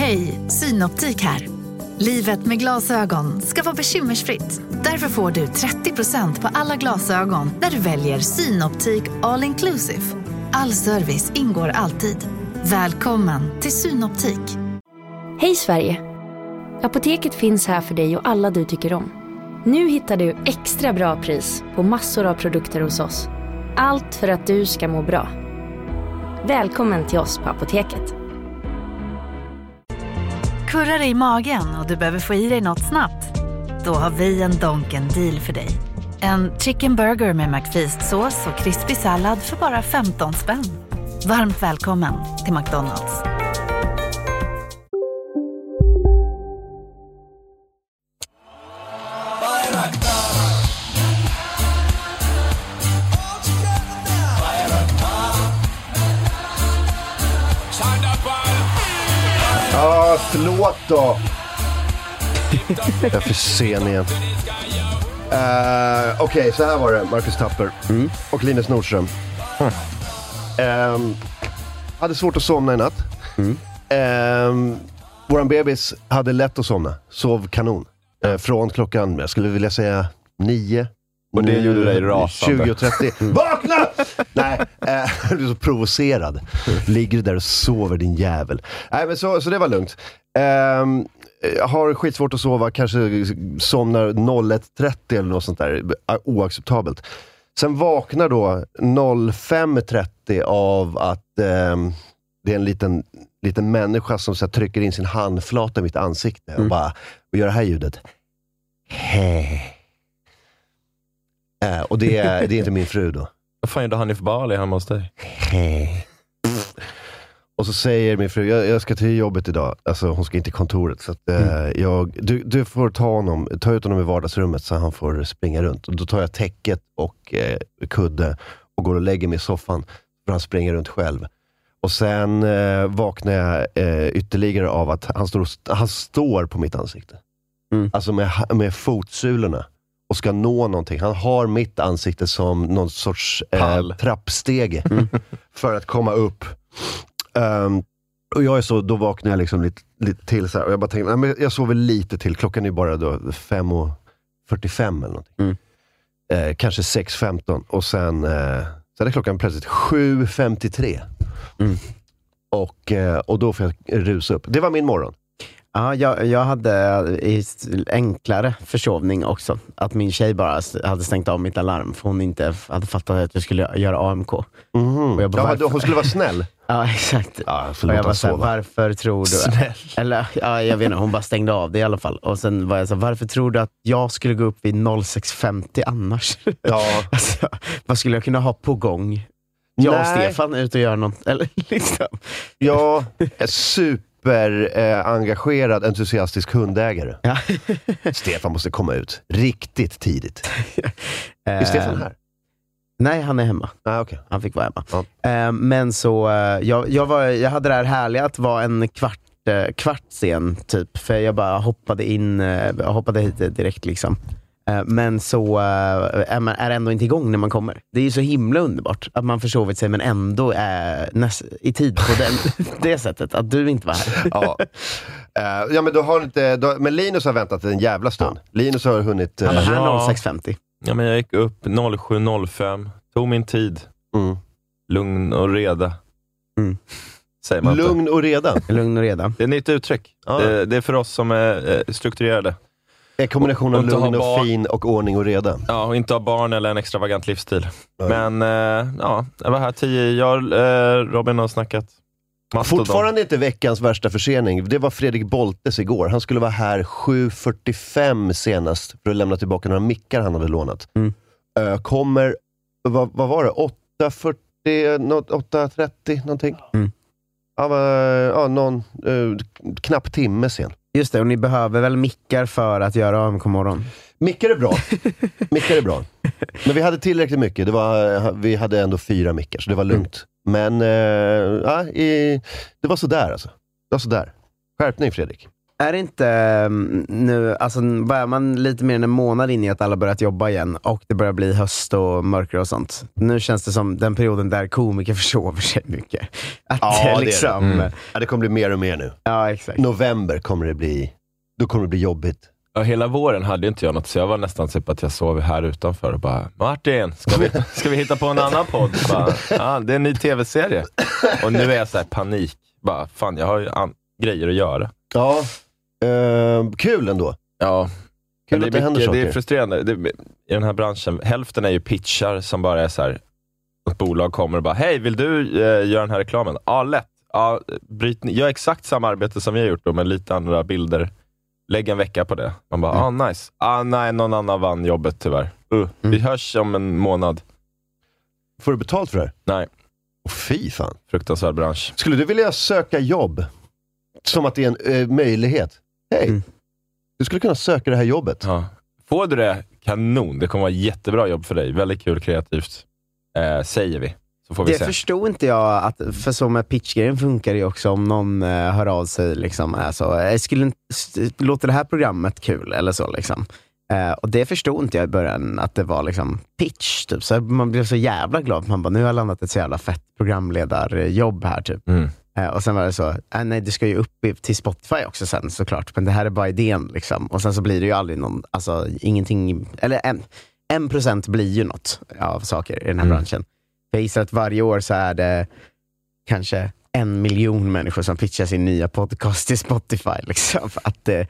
Hej, Synoptik här. Livet med glasögon ska vara bekymmersfritt. Därför får du 30% på alla glasögon när du väljer Synoptik All Inclusive. All service ingår alltid. Välkommen till Synoptik. Hej Sverige! Apoteket finns här för dig och alla du tycker om. Nu hittar du extra bra pris på massor av produkter hos oss. Allt för att du ska må bra. Välkommen till oss på Apoteket. Kurrar i magen och du behöver få i dig något snabbt? Då har vi en Donken deal för dig. En chicken burger med McFeast-sås och krispig sallad för bara 15 spänn. Varmt välkommen till McDonald's. Förlåt då. Jag är för sen igen. Okej, så här var det. Marcus Tapper och Linus Nordström. Hade svårt att somna i natt. Våran bebis hade lätt att somna. Sov kanon. Från klockan, jag skulle vilja säga 9. Och det gjorde dig rasande. 20:30. Vakna! Nej, du är så provocerad. Ligger du där och sover, din jävel. Nej, men så det var lugnt. Jag har skitsvårt att sova. Kanske somnar 01:30 eller något sånt där. Oacceptabelt. Sen vaknar då 05:30 av att det är en liten människa som så här, trycker in sin handflata i mitt ansikte och gör det här ljudet. Hej. Och det är inte min fru då. Vad fan gjorde Hanif Bali hemma hos dig? Hej. Och så säger min fru, jag ska till jobbet idag. Alltså hon ska inte till kontoret. Så att, du får ta ut honom i vardagsrummet så han får springa runt. Och då tar jag täcket och kudde och går och lägger mig i soffan. För han springer runt själv. Och sen vaknar jag ytterligare av att han står på mitt ansikte. Alltså med fotsulorna. Och ska nå någonting. Han har mitt ansikte som någon sorts trappstege. För att komma upp. Och jag är så, då vaknar jag liksom lite till så här. Och jag bara tänkte, nej, men jag sover lite till. Klockan är bara då 5:45 eller någonting. Kanske 6:15. Och sen så är klockan plötsligt 7:53. Och då får jag rusa upp. Det var min morgon. Ja, jag hade enklare försovning också. Att min tjej bara hade stängt av mitt alarm för hon inte hade fattat att jag skulle göra AMK. Och jag bara, hon skulle vara snäll. Ja, exakt. Ja, och jag bara så här, varför tror du... Snäll. Eller, ja, jag vet inte, hon bara stängde av det i alla fall. Och sen var jag så här, varför tror du att jag skulle gå upp vid 06:50 annars? Ja. Alltså, vad skulle jag kunna ha på gång? Jag och Stefan är ute och gör något. Eller liksom. Ja, engagerad, entusiastisk hundägare. Ja. Stefan måste komma ut riktigt tidigt. Är Stefan här? Nej, han är hemma. Okay. Han fick vara hemma. Ja. Men så jag hade det här härliga att vara en kvart sen typ. För jag bara hoppade hit direkt liksom. Men så är ändå inte igång när man kommer. Det är ju så himla underbart att man försovit sig men ändå är i tid på det sättet att du inte var här. Ja, men du har inte... Men Linus har väntat en jävla stund. Ja. Linus har hunnit... Han var här 06:50. Ja, men jag gick upp 07:05. Tog min tid. Lugn och reda. Säger man Lugn inte. Och reda? Lugn och reda. Det är ett nytt uttryck. Ja. Det är för oss som är strukturerade. En kombination av lugn och fin och ordning och reda. Ja, och inte ha barn eller en extravagant livsstil. Men jag var här 10. Jag Robin har snackat. Fortfarande inte veckans värsta försening. Det var Fredrik Boltes igår. Han skulle vara här 7:45 senast för att lämna tillbaka några mickar han hade lånat. Kommer, vad var det? 8:30 någonting. Någon knapp timme sen. Just det, och ni behöver väl mickar för att göra AMK-morgon? Mickar är bra. Mickar är bra. Men vi hade tillräckligt mycket. Vi hade ändå 4 mickar, så det var lugnt. Men det var sådär alltså. Det var sådär. Skärpning, Fredrik. Är det inte nu, alltså börjar man lite mer än en månad in i att alla börjat jobba igen och det börjar bli höst och mörker och sånt. Nu känns det som den perioden där komiker försover sig mycket. Att det liksom... Ja, det kommer bli mer och mer nu. Ja, exakt. November kommer det bli jobbigt. Ja, hela våren hade inte jag något, så jag var nästan typ att jag sov här utanför och bara, Martin, ska vi hitta på en annan podd? Bara, det är en ny tv-serie. Och nu är jag så här panik. Bara, fan, jag har ju grejer att göra. Ja, kul ändå. Ja, kul att det händer saker. Det är frustrerande. I den här branschen, hälften är ju pitchar som bara är så här, ett bolag kommer och bara, hej, vill du göra den här reklamen? Ja, lätt. Ja, gör exakt samma arbete som jag har gjort då, med lite andra bilder. Lägg en vecka på det. Man bara, nice. Nej, någon annan vann jobbet tyvärr. Vi hörs om en månad. Får du betalt för det? Nej. Fy fan. Fruktansvärd bransch. Skulle du vilja söka jobb? Som att det är en möjlighet. Hej, du skulle kunna söka det här jobbet. Ja. Får du det, kanon. Det kommer vara jättebra jobb för dig. Väldigt kul, kreativt. Säger vi. Så får vi se. Förstod inte jag att, för så med pitchgrejen funkar det ju också om någon hör av sig liksom, låter det här programmet kul eller så liksom. Och det förstod inte jag i början, att det var liksom pitch typ. Så man blev så jävla glad. Man bara, nu har jag landat ett så jävla fett programledarjobb här typ. Och sen var det så, nej, det ska ju upp till Spotify också sen såklart. Men det här är bara idén liksom. Och sen så blir det ju aldrig någon, alltså ingenting, eller 1% blir ju något av saker i den här branschen. Jag gissar att varje år så är det kanske 1 miljon människor som pitchar sin nya podcast till Spotify liksom. Att det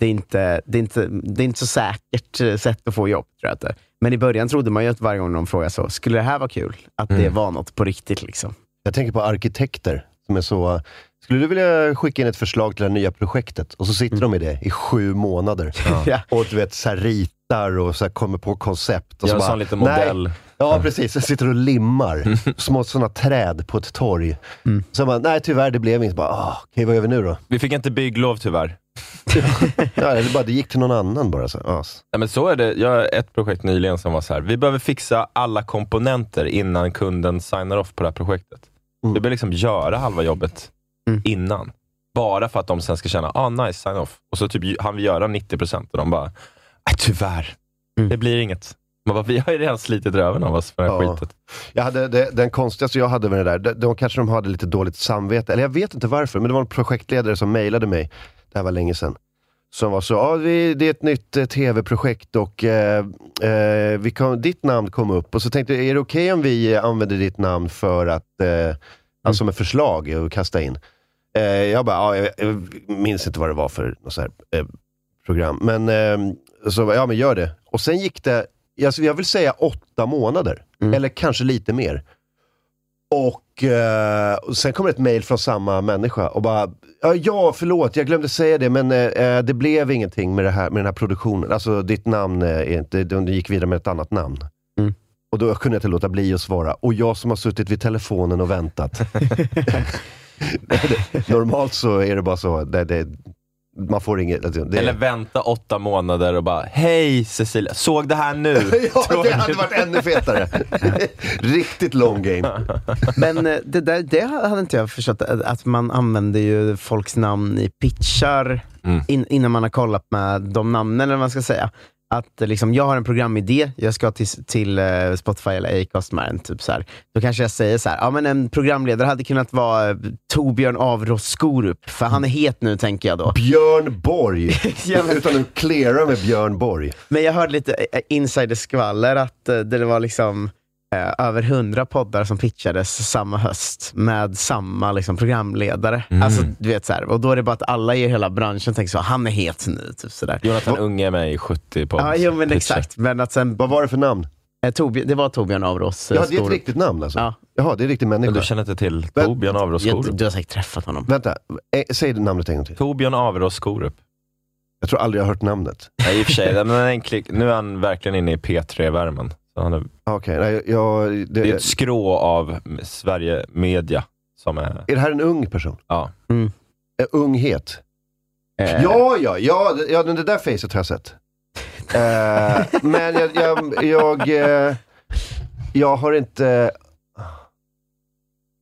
är inte så säkert sätt att få jobb, tror jag inte. Men i början trodde man ju att varje gång någon frågade så, skulle det här vara kul? Att det var något på riktigt liksom. Jag tänker på arkitekter som är så, skulle du vilja skicka in ett förslag till det nya projektet? Och så sitter de i det i 7 månader. Ja. Och du vet, så här ritar och så här kommer på koncept. Och gör så en sån liten modell. Nej. Ja, precis. Jag sitter och limmar små sådana träd på ett torg. Så man, nej tyvärr, det blev inte. Okej, vad gör vi nu då? Vi fick inte bygglov tyvärr. Det gick till någon annan bara. Så. Nej, men så är det. Jag har ett projekt nyligen som var så här. Vi behöver fixa alla komponenter innan kunden signar off på det här projektet. Vi behöver liksom göra halva jobbet innan. Bara för att de sen ska känna, nice, sign off. Och så typ han vill göra 90% och de bara, tyvärr, det blir inget. Man bara, vi har ju redan slitit röven av oss för det här skitet. Jag hade den konstigaste jag hade med det där, kanske de hade lite dåligt samvete, eller jag vet inte varför, men det var en projektledare som mejlade mig, det här var länge sedan, som var så, det är ett nytt tv-projekt och ditt namn kom upp, och så tänkte jag, är det okej om vi använder ditt namn för att alltså med förslag och kasta in? Jag bara, jag minns inte vad det var för något så här program, men så men gör det. Och sen gick det, jag vill säga 8 månader. Eller kanske lite mer. Och sen kommer ett mejl från samma människa. Och bara, förlåt, jag glömde säga det. Men det blev ingenting med den här produktionen. Alltså ditt namn är inte, du gick vidare med ett annat namn. Och då kunde jag inte låta bli att svara. Och jag som har suttit vid telefonen och väntat. Normalt så är det bara så. Man får inget... Eller vänta 8 månader och bara, hej Cecilia, såg det här nu? Ja, det hade varit ännu fetare. Riktigt long game. Men det hade inte jag förstått, att man använder ju folks namn i pitchar innan man har kollat med de namnen, eller vad man ska säga. Att liksom, jag har en programidé, jag ska till Spotify eller Acast med en typ så här. Då kanske jag säger så här, men en programledare hade kunnat vara Torbjörn Avros Skorup, för han är het nu, tänker jag då. Björn Borg. Utan att cleara med Björn Borg. Men jag hörde lite insiderskvaller att det var liksom över 100 poddar som pitchades samma höst med samma liksom programledare. Alltså du vet så här, och då är det bara att alla i hela branschen tänker så, han är het nu typ så där. Jonathan Unge är med i 70 podd. Ja, jo, men exakt. Men att sen, vad var det för namn? Det var Torbjörn Avros. Ja, det är ett riktigt namn alltså. Ja. Jaha, det är en riktig människa. Men du känner inte till Torbjörn Avros Skorup? Du har säkert träffat honom. Vänta, säg det namnet en gång till. Torbjörn Avros Skorup. Jag tror aldrig jag har hört namnet. Nej, i och för sig. Men nu är han verkligen inne i P3-värmen. Okej, det är ett skrå av Sverige Media som är... Är det här en ung person? Ja. Unghet? Ja, det där facet har jag sett. Men jag har inte...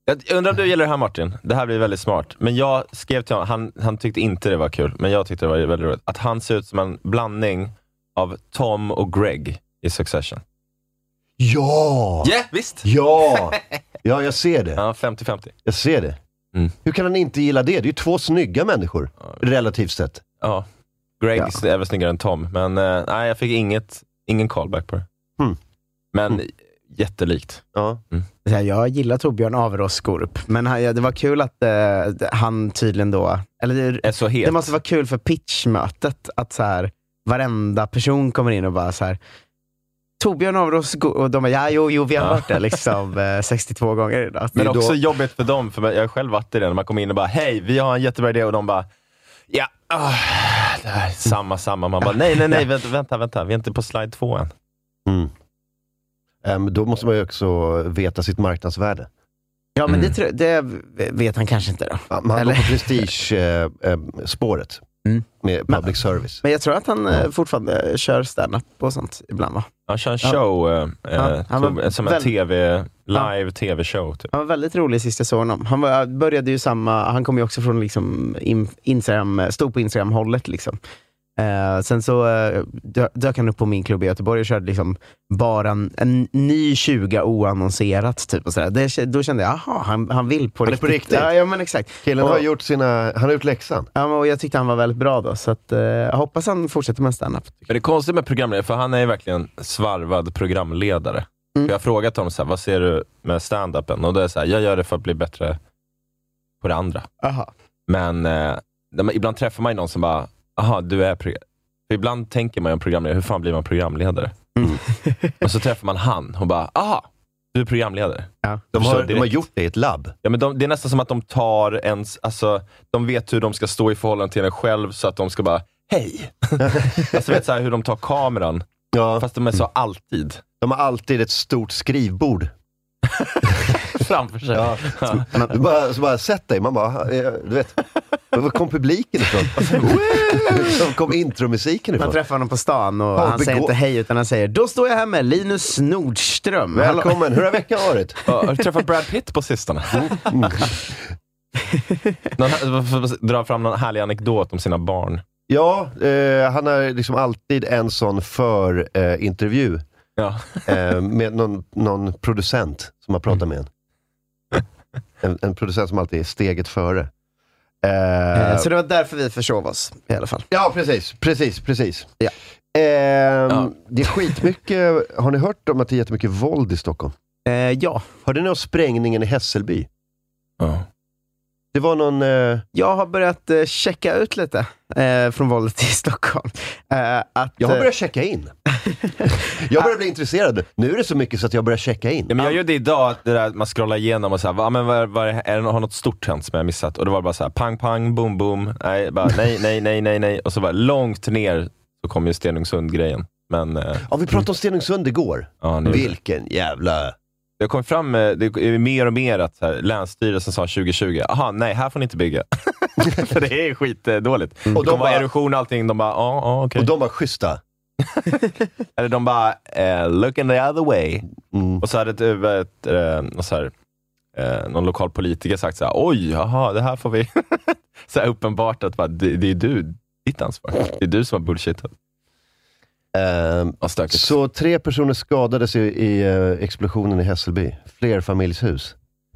Jag undrar om du gillar det här, Martin. Det här blir väldigt smart. Men jag skrev till honom, han tyckte inte det var kul, men jag tyckte det var väldigt roligt. Att han ser ut som en blandning av Tom och Greg i Succession. Ja! Ja, visst. Ja! Ja, jag ser det. Ja, 50-50. Jag ser det. Hur kan han inte gilla det? Det är ju 2 snygga människor, relativt sett. Ja, Greg är väl snyggare än Tom. Men nej, jag fick ingen callback på det. Men jättelikt. Ja. Jag gillar Torbjörn Averås-Skorup, men det var kul att han tydligen då, eller är så het. Det måste vara kul för pitchmötet att så här, varenda person kommer in och bara så här, Torbjörn Averås, och de bara, vi har hört det liksom 62 gånger idag. Men också jobbigt för dem, för jag har själv varit i det när man kommer in och bara, hej, vi har en jättebra idé, och de bara, det här är samma. Man bara, nej, vänta, vi är inte på slide 2 än. Då måste man ju också veta sitt marknadsvärde. Ja, men det vet han kanske inte då. Ja, man går på prestige-spåret med public service. Men jag tror att han fortfarande kör stand-up och sånt ibland, va? Han kör en show, som en live-tv-show. Typ. Han var väldigt rolig sist jag såg honom. Han kom ju också från liksom Instagram, stod på Instagram-hållet liksom. Sen så dök han upp på min klubb i Göteborg och körde liksom bara en ny 20 oannonserat typ och sådär. Då kände jag, han vill på riktigt. På riktigt. Ja, men exakt. Killen har gjort läxan. Ja, och jag tyckte han var väldigt bra då, så att jag hoppas han fortsätter med stand-up. Men det är konstigt med programledare, för han är ju verkligen svarvad programledare. Jag har frågat honom så här, vad ser du med stand-upen? Och då är det så här, jag gör det för att bli bättre på det andra. Aha. Men ibland träffar man ju någon som bara, du är för ibland tänker man ju om programledare, hur fan blir man programledare? Och så träffar man han och bara, du är programledare. Ja. De har gjort det i ett labb. Ja, men det är nästan som att de tar alltså, de vet hur de ska stå i förhållande till en själv, så att de ska bara, hej! Alltså vet så här, hur de tar kameran. Ja. Fast de är så alltid. De har alltid ett stort skrivbord framför sig. Ja. Så bara sätt dig. Man bara, du vet, var kom publiken ifrån? Var kom intromusiken ifrån? Man träffar honom på stan och han säger inte hej, utan han säger, då står jag här med Linus Nordström. Välkommen, hur har veckan varit? Har du träffat Brad Pitt på sistone? Dra fram någon härlig anekdot om sina barn. Ja, han har liksom alltid en sån intervju. Ja. Med någon producent som har pratat med en producent som alltid är steget före. Så det var därför vi försov oss i alla fall. Ja, precis. Ja. Det är skitmycket. Har ni hört om att det är jättemycket våld i Stockholm? Ja. Hörde ni om sprängningen i Hässelby? Ja. Det var någon... Jag har börjat checka ut lite från våldet i Stockholm. Jag har börjat checka in. Jag börjar bli intresserad. Nu är det så mycket så att jag börjar checka in. Ja, men jag gjorde idag det där man scrollar igenom och så här, har något stort hänt som jag missat? Och det var bara så här, pang, pang, boom, boom. Nej. Och så bara långt ner så kom ju Stenungsund-grejen. Men, vi pratade om Stenungsund igår. Ja, vilken jävla... Det kom fram, det är mer och mer att så här, Länsstyrelsen sa 2020, nej, här får ni inte bygga. För det är skitdåligt. Och de var erosion och allting, de bara, okej. Och de var schyssta. Eller de bara, looking the other way. Och så hade någon lokal politiker sagt så här, oj, det här får vi. Så här uppenbart att bara, det är ditt ansvar. Det är du som har bullshitat. Så 3 personer skadades i explosionen i Hässelby. Flerfamiljshus.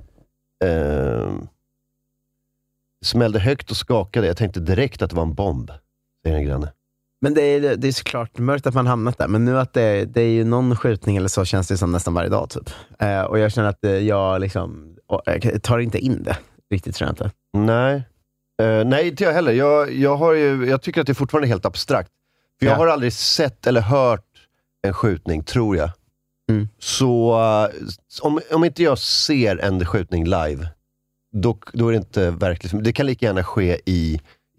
Smällde högt och skakade. Jag tänkte direkt att det var en bomb, säger en granne. Men det är såklart mörkt att man hamnat där. Men nu att det är ju någon skjutning eller så, känns det som nästan varje dag typ. Och jag känner att jag liksom jag tar inte in det riktigt, tror jag inte. Nej, inte jag heller. Jag tycker att det är fortfarande helt abstrakt. För jag har aldrig sett eller hört en skjutning, tror jag. Så om inte jag ser en skjutning live, då är det inte verkligt. Det kan lika gärna ske i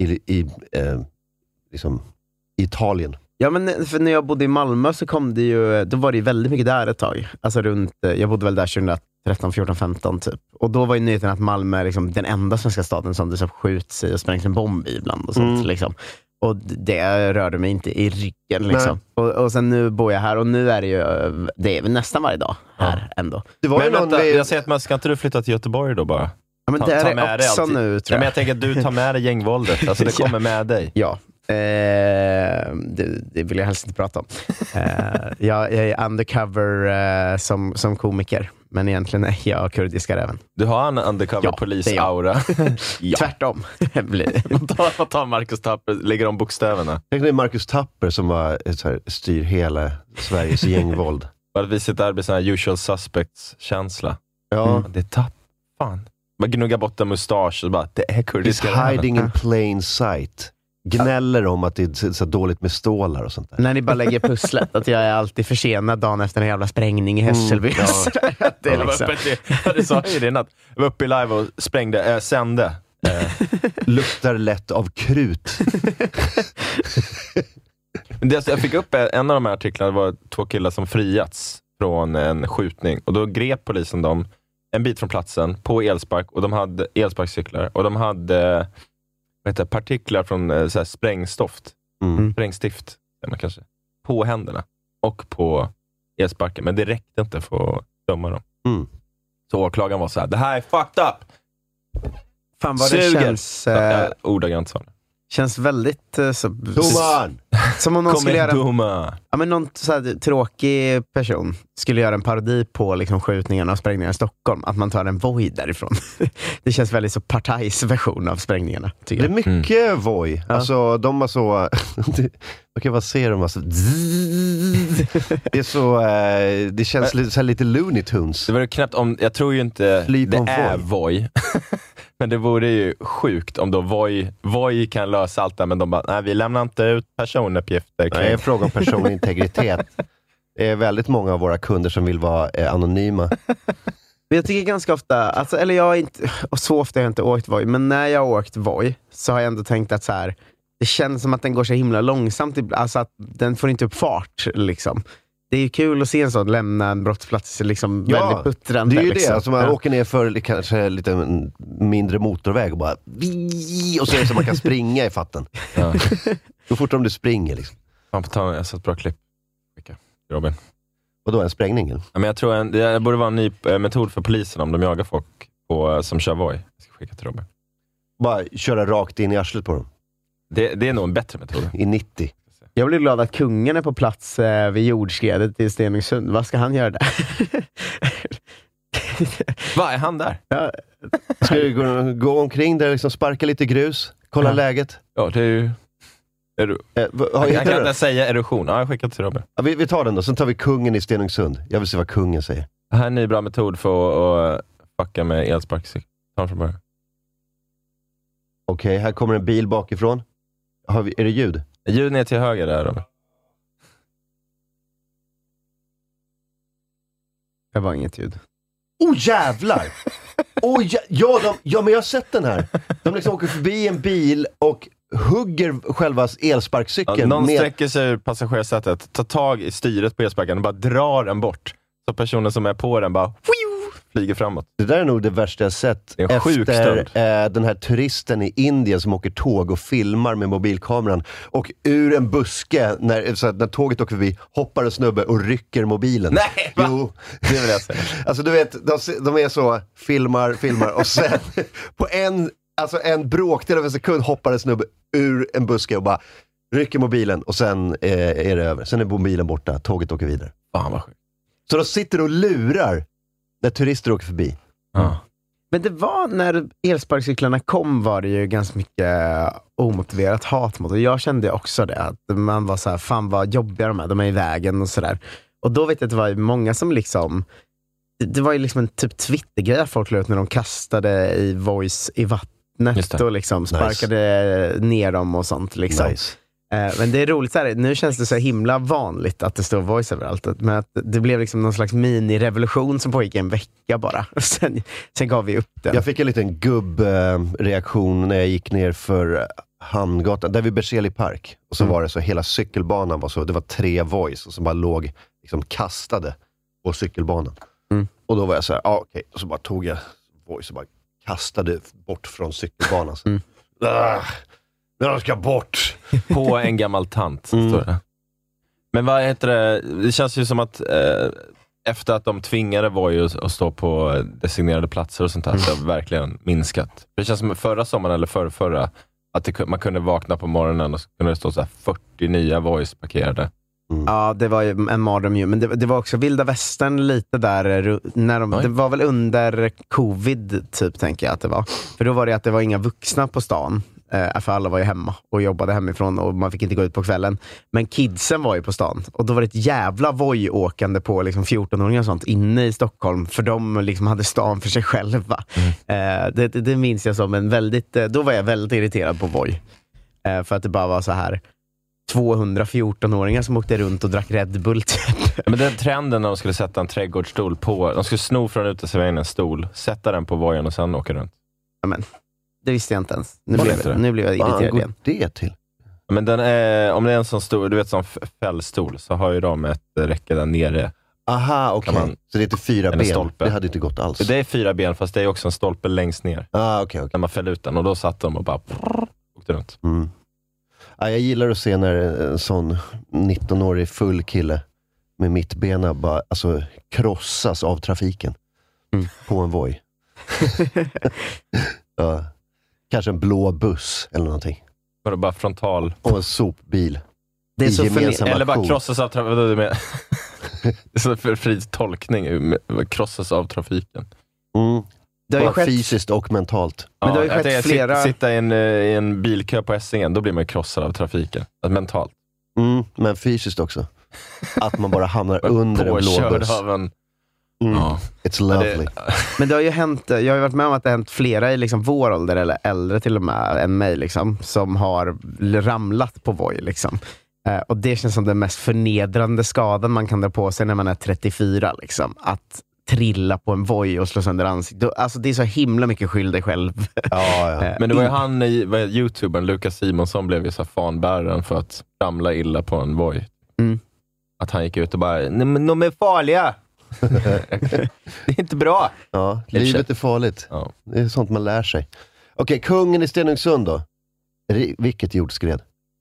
Italien. Ja, men för när jag bodde i Malmö så då var det ju väldigt mycket där ett tag. Alltså jag bodde väl där 2013, 14, 15 typ. Och då var ju nyheten att Malmö är liksom den enda svenska staden som det så skjuts i och sprängs en bomb i ibland och sånt liksom. Och det rörde mig inte i ryggen liksom. Och sen nu bor jag här och nu är det är nästan varje dag här ändå. Det var men vänta, jag säger att man ska inte du flytta till Göteborg då bara? Ja, men det är det också nu, tror jag. Men jag tänker att du tar med dig gängvåldet. Alltså det kommer med dig. Ja. Det vill jag helst inte prata om. Jag är undercover som komiker. Men egentligen är jag kurdiska räven. Du har en undercover polis-aura. Ja. Tvärtom. Vad tar Marcus Tapper? Lägger de bokstäverna? Det är Marcus Tapper som styr hela Sveriges gängvåld. För att vi sitter där med sån här usual suspects-känsla. Ja. Det är fan. Man gnuggar bort en mustasch och bara, det är kurdiska räven. It's hiding in plain sight. Gnäller om att det är så dåligt med stålar och sånt där. När ni bara lägger pusslet att jag är alltid försenad dagen efter en jävla sprängning i Hässelby. Det är liksom... Det sa jag ju det natt. Jag var uppe i live och sprängde, sände. Luktar lätt av krut. Jag fick upp en av de här artiklarna, det var 2 killar som friats från en skjutning. Och då grep polisen dem en bit från platsen på elspark. Och de hade elsparkcyklar. Och de hade... partiklar från så här sprängstift man kanske, på händerna och på elsparken, men det räckte inte för att döma dem. Så åklagaren var så här: det här är fucked up. Fan vad det känns ordagrant så. Känns väldigt Doman! Som om någon skulle göra Doma. Ja, men någon så här tråkig person skulle göra en parodi på liksom skjutningarna och sprängningarna i Stockholm, att man tar en Voi därifrån. Det känns väldigt så Partajs version av sprängningarna, tycker jag. Det är mycket Voi. Ja. Alltså de har så man kan bara se dem alltså. Det är så det känns lite Looney Tunes. Det var knappt om, jag tror ju inte det är Voi. Men det vore ju sjukt om då Voi kan lösa allt där, men de bara, nej, vi lämnar inte ut personuppgifter. Det är en fråga om personlig integritet. Det är väldigt många av våra kunder som vill vara anonyma. Jag tycker ganska ofta, alltså, eller jag har inte, och så ofta har jag inte åkt Voi, men när jag har åkt Voi så har jag ändå tänkt att så här, det känns som att den går så himla långsamt, alltså att den får inte upp fart liksom. Det är ju kul att se en sån lämna en brottsplats liksom väldigt puttrande. Det är ju liksom. det, alltså man åker ner för kanske lite mindre motorväg och bara och så är det som man kan springa i fatten. Ja. Då fortare du springer liksom. Man får ta ett bra klipp. Robin. Och då en sprängning? Ja, men jag tror det borde vara en ny metod för polisen om de jagar folk som kör Voi. Jag ska skicka till Robin. Bara köra rakt in i arslet på dem. Det är nog en bättre metod. I 90. Jag blir glad att kungen är på plats vid jordskredet i Stenungsund. Vad ska han göra där? Vad är han där? Ja. Ska du gå omkring där, liksom sparka lite grus, kolla läget? Ja, det är ju... jag kan inte säga erosion. Ja, jag skickar till Robin. Ja, vi tar den då, sen tar vi kungen i Stenungsund. Jag vill se vad kungen säger. Det här är en ny bra metod för att fucka med elsparkcykel. Ta från början. Okej, här kommer en bil bakifrån. Är det ljud? Ljud ner till höger där, Robin. Det var inget ljud. Jävlar! Men jag har sett den här. De liksom åker förbi en bil och hugger själva elsparkcykeln. Ja, någon sträcker sig ur passagerarsätet, tar tag i styret på elsparken och bara drar den bort. Så personen som är på den bara flyger framåt. Det där är nog det värsta jag sett efter den här turisten i Indien som åker tåg och filmar med mobilkameran och ur en buske när tåget åker förbi hoppar en snubbe och rycker mobilen. Nej, va? Jo. Det vill jag säga. Alltså du vet, de är så filmar och sen på en bråkdel av en sekund hoppar en snubbe ur en buske och bara rycker mobilen och sen är det över. Sen är mobilen borta, tåget åker vidare. Fan vad sjukt. Så de sitter och lurar när turister åker förbi. Ja. Men det var när elsparkcyklarna kom var det ju ganska mycket omotiverat hat mot. Och jag kände också det. Att man var så här, fan vad jobbiga de är i vägen och sådär. Och då vet jag att det var många som liksom... Det var ju liksom en typ Twitter-grej folk la ut när de kastade i voice i vattnet och liksom sparkade ner dem och sånt liksom. Nice. Men det är roligt så här, nu känns det så himla vanligt att det står voice överallt, men att det blev liksom någon slags mini-revolution som pågick en vecka bara. Sen gav vi upp den. Jag fick en liten gubbreaktion när jag gick ner för Hamngatan, där vid Berzelii park. Och så var det så, hela cykelbanan var så, det var 3 voice och som bara låg liksom kastade på cykelbanan. Och då var jag så här, okej. Och så bara tog jag voice och bara kastade bort från cykelbanan. Så. De ska bort. På en gammal tant, står det. Men vad heter det? Det känns ju som att efter att de tvingade Voi att stå på designerade platser och sånt här, så har det verkligen minskat. Det känns som förra sommaren eller förra att man kunde vakna på morgonen och så kunde det stå så här 40 nya Vois parkerade. Ja, det var ju en mardröm ju. Men det var också vilda västern lite där när det var väl under covid typ, tänker jag att det var. För då var det att det var inga vuxna på stan. För alla var ju hemma och jobbade hemifrån och man fick inte gå ut på kvällen. Men kidsen var ju på stan. Och då var det ett jävla Voi-åkande på liksom 14-åringar och sånt inne i Stockholm. För de liksom hade stan för sig själva. Det minns jag som en väldigt... Då var jag väldigt irriterad på Voi. För att det bara var så här 214-åringar som åkte runt och drack Red Bull typ. Men den trenden när de skulle sätta en trädgårdsstol på... De skulle sno från uteserveringen en stol, sätta den på Voien och sen åka runt. Amen. Det visste jag inte ens. Nu blev jag irriterad igen. Det till? Men den är, om det är en sån stor, du vet, som fällstol, så har ju de ett räcke där nere. Aha, okej. Så det är inte 4 ben? Stolpe. Det hade inte gått alls. Det är 4 ben, fast det är också en stolpe längst ner. Okej. När man fällde ut den, och då satt de och bara åkte runt. Jag gillar att se när en sån 19-årig full kille med mittbena bara krossas av trafiken på en Voi. Ja. Kanske en blå buss eller någonting. Bara frontal. Och en sopbil. Det är så eller bara krossas av trafiken. Det är så för fri tolkning. Krossas av trafiken. Det har ju skett fysiskt och mentalt. Men det har ju skett flera... Sitta i en bilkö på Essingen, då blir man krossad av trafiken. Mentalt. Men fysiskt också. Att man bara hamnar under en blå buss. Av en... It's lovely. Men det har ju hänt, jag har ju varit med om att det har hänt flera i liksom vår ålder eller äldre till och med än mig liksom, som har ramlat på Voi liksom. Och det känns som den mest förnedrande skadan man kan dra på sig när man är 34 liksom. Att trilla på en Voi och slå sönder ansiktet. Alltså det är så himla mycket skyll dig själv. Ja. Men det var ju han, YouTubern Lukas Simonsson, blev ju så fanbäraren för att ramla illa på en Voi. Att han gick ut och bara, de är farliga. Det är inte bra. Ja, livet är farligt. Ja. Det är sånt man lär sig. Okej, kungen i Stenungsund då. Vilket jordskred?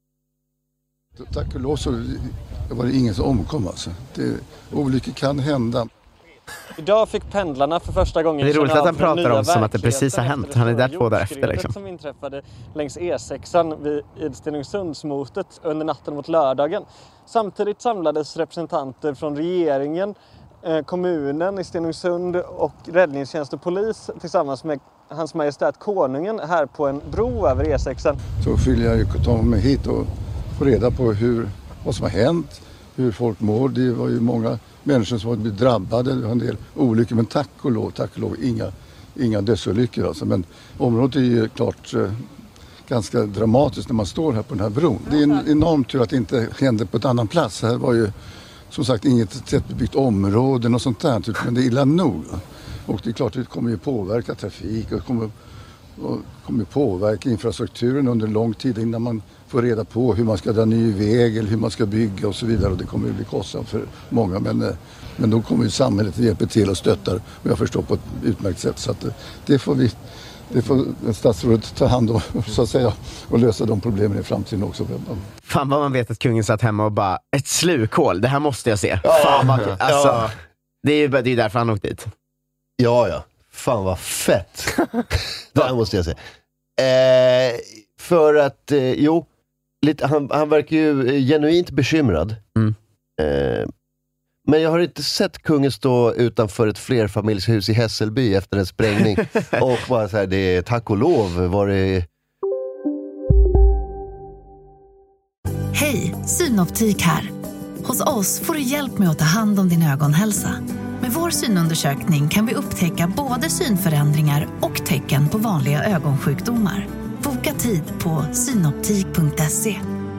Tack och lov så var det ingen som omkom alltså. Olyckor kan hända. Idag fick pendlarna för första gången... Det är roligt att han pratar om som att det precis har hänt. Han är där 2 dagar efter liksom. Som inträffade längs E6 vid Stenungsundsmotet under natten mot lördagen. Samtidigt samlades representanter från regeringen, kommunen i Stenungsund och räddningstjänst och polis tillsammans med Hans Majestät Konungen här på en bro över E6. Så vill jag ju ta mig hit och få reda på vad som har hänt, hur folk mår. Det var ju många människor som har blivit drabbade, det var en del olyckor, men tack och lov inga dödsolyckor alltså. Men området är ju klart ganska dramatiskt när man står här på den här bron. Det är en enormt tur att det inte hände på ett annan plats. Här var ju som sagt inget tättbebyggt område och sånt där, men det är illa nog. Och det är klart att det kommer ju påverka trafik och kommer påverka infrastrukturen under lång tid innan man får reda på hur man ska dra ny väg eller hur man ska bygga och så vidare. Och det kommer ju bli kostsamt för många, men då kommer ju samhället hjälpa till och stöttar, och jag förstår, på ett utmärkt sätt. Så att det får statsrådet ta hand om så att säga, och lösa de problemen i framtiden också. Fan vad man vet att kungen satt hemma och bara, ett slukhål, det här måste jag se. Det är ju därför han åkt dit. Ja. Fan vad fett. Det här måste jag se. För att, han verkar ju genuint bekymrad. Men jag har inte sett kungen stå utanför ett flerfamiljshus i Hässelby efter en sprängning och bara så här, det är tack och lov var det... Hej, Synoptik här. Hos oss får du hjälp med att ta hand om din ögonhälsa. Med vår synundersökning kan vi upptäcka både synförändringar och tecken på vanliga ögonsjukdomar. Boka tid på synoptik.se.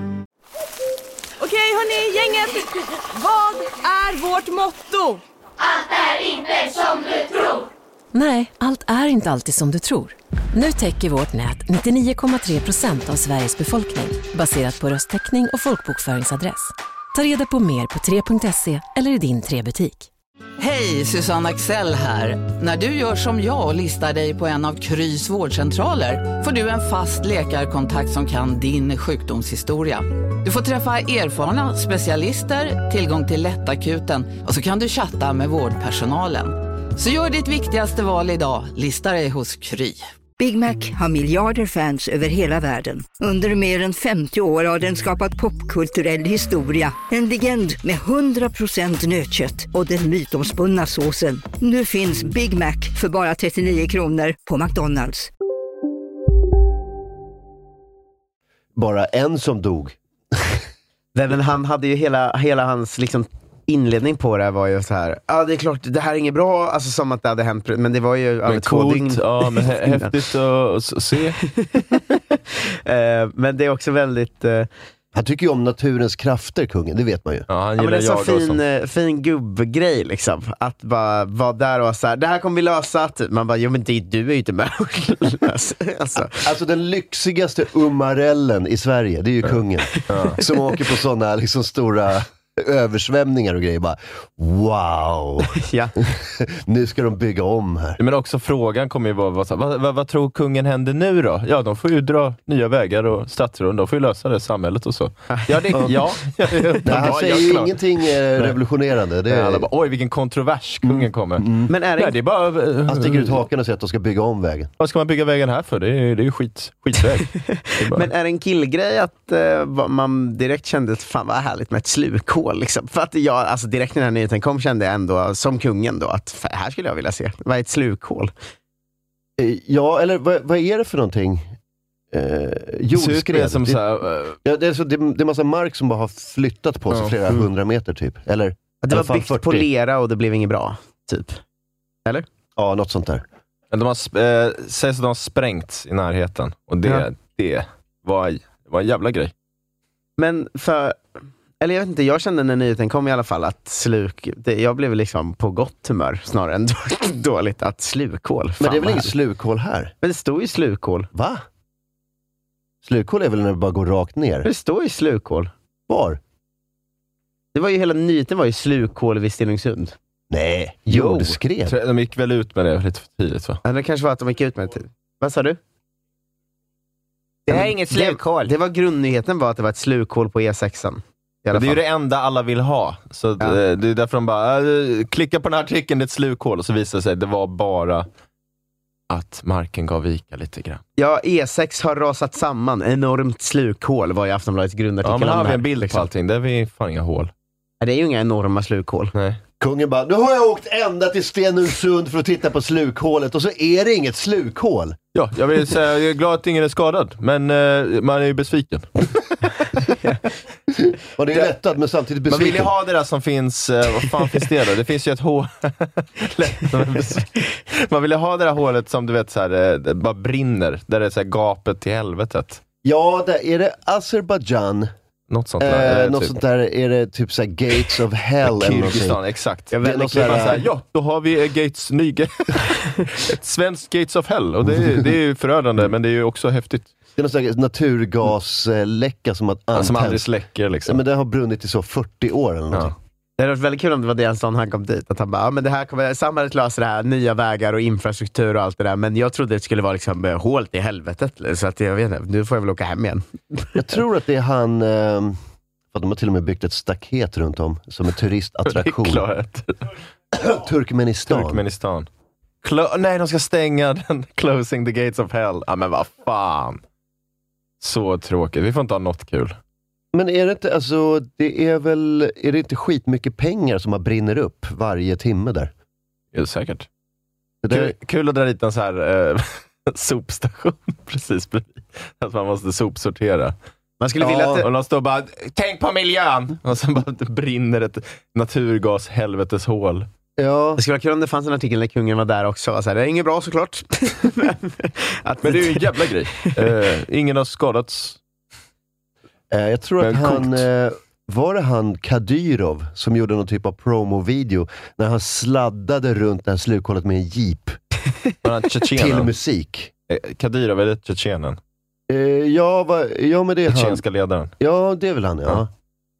Okej hörni, gänget. Vad är vårt motto? Allt är inte som du tror. Nej, allt är inte alltid som du tror. Nu täcker vårt nät 99,3% av Sveriges befolkning baserat på röstteckning och folkbokföringsadress. Ta reda på mer på 3.se eller i din 3-butik. Hej, Susanne Axel här. När du gör som jag och listar dig på en av Krys vårdcentraler får du en fast läkarkontakt som kan din sjukdomshistoria. Du får träffa erfarna specialister, tillgång till lättakuten och så kan du chatta med vårdpersonalen. Så gör ditt viktigaste val idag, lista dig hos Kry. Big Mac har miljarder fans över hela världen. Under mer än 50 år har den skapat popkulturell historia. En legend med 100% nötkött och den mytomspunna såsen. Nu finns Big Mac för bara 39 kronor på McDonald's. Bara en som dog. Men han hade ju hela hans liksom inledning på det var ju så här. Ja, det är klart, det här är inget bra, alltså som att det hade hänt, men det var ju över 2 dygn. Ja, men häftigt att se. Men det är också väldigt... Han tycker ju om naturens krafter, kungen, det vet man ju. Ja, han men det är så fin gubbgrej liksom. Att bara vara där och så här, det här kommer vi lösa. Man bara, jo men du är ju inte med. Alltså den lyxigaste umarellen i Sverige, det är ju kungen. Som åker på sådana liksom stora översvämningar och grejer, bara wow. Ja. Nu ska de bygga om här. Men också frågan kommer ju vara vad tror kungen händer nu då? Ja, de får ju dra nya vägar och stadsrund, de får ju lösa det samhället och så. Ja, han säger ju ingenting revolutionerande. Det är alla bara, oj vilken kontrovers kungen kommer. Men är det, det är bara han sticker ut hakan och säger att de ska bygga om vägen. Vad ska man bygga vägen här för? Det är ju skitväg. Men är det en killgrej att man direkt kände att fan vad härligt med ett slukhål liksom? För att jag, alltså direkt när den här nyheten kom kände jag ändå som kungen då att här skulle jag vilja se. Vad är ett slukhål? Ja, eller vad är det för någonting? Jordskred. Som det är massa mark som bara har flyttat på sig flera 100 meter typ. Eller det var byggt 40. På lera och det blev inget bra typ. Eller? Ja, något sånt där. De har sägs att de har sprängt i närheten. Och det var en jävla grej. Men eller jag vet inte, jag kände när nyheten kom i alla fall att jag blev liksom på gott humör snarare än dåligt att slukhål. Men det är väl inget slukhål här? Men det står ju slukhål. Va? Slukhål är väl när det bara går rakt ner? Det står ju slukhål. Var? Det var ju hela nyheten var ju slukhål vid Stenungsund. Nej, jordskred. De gick väl ut med det lite för tidigt va? Ja, det kanske var att de gick ut med det. Vad sa du? Det här är inget slukhål. Det var grundnyheten var att det var ett slukhål på E6an. Det är ju det enda alla vill ha. Så det är därför de bara klicka på den här artikeln, det är ett slukhål. Och så visar det sig att det var bara att marken gav vika lite grann. Ja, E6 har rasat samman. Enormt slukhål var i Aftonbladets grundartikel. Ja, men har vi en bild på allting. Där är vi fan inga hål. Det är ju inga enorma slukhål. Nej. Kungen bara, nu har jag åkt ända till Stenungsund för att titta på slukhålet och så är det inget slukhål. Ja, jag vill säga, jag är glad att ingen är skadad, men man är ju besviken. Och det är lättad, men samtidigt besviken. Man vill ju ha det där som finns, vad fan finns det då? Det finns ju ett hål. Man vill ju ha det där hålet som du vet så här, det bara brinner, där det är så här gapet till helvetet. Ja, där är det Azerbaijan. Något sånt där. Något sånt där är det typ såhär Gates of Hell eller någonting. Exakt. Då har vi ett svenskt Gates of Hell. Och det är ju förödande, men det är ju också häftigt. Det är någon slags naturgasläcka som aldrig släcker liksom. Ja, men det har brunnit i så 40 år eller något. Ja. Det hade varit väldigt kul om det var det en sån han kom dit. Att han bara, men det här kommer samhället lösa det här, nya vägar och infrastruktur och allt det där. Men jag trodde det skulle vara liksom hål i helvetet. Så att jag vet inte, nu får jag väl åka hem igen. Jag tror att det är han... för de har till och med byggt ett staket runt om som en turistattraktion. Turkmenistan. Nej, de ska stänga den. Closing the gates of hell. Ja, men vad fan. Så tråkigt. Vi får inte ha något kul. Men är det inte, alltså, är det inte skitmycket pengar som man brinner upp varje timme där? Ja, säkert. Kul att dra dit en så här sopstation precis bredvid. Att man måste sopsortera. Man skulle vilja att och de står bara, tänk på miljön! Och sen bara brinner ett naturgas-helveteshål. Ja. Det skulle vara kul om det fanns en artikel när kungen var där också. Alltså, det är inget bra såklart. Men det är ju en jävla grej. Ingen har skadats. Jag tror att var det han Kadyrov som gjorde någon typ av promo-video när han sladdade runt det här slukhållet med en jeep till musik. Kadyrov, är det Tjetjenen? Ja, men det är han. Tjetjenska ledaren. Ja, det är väl han, ja.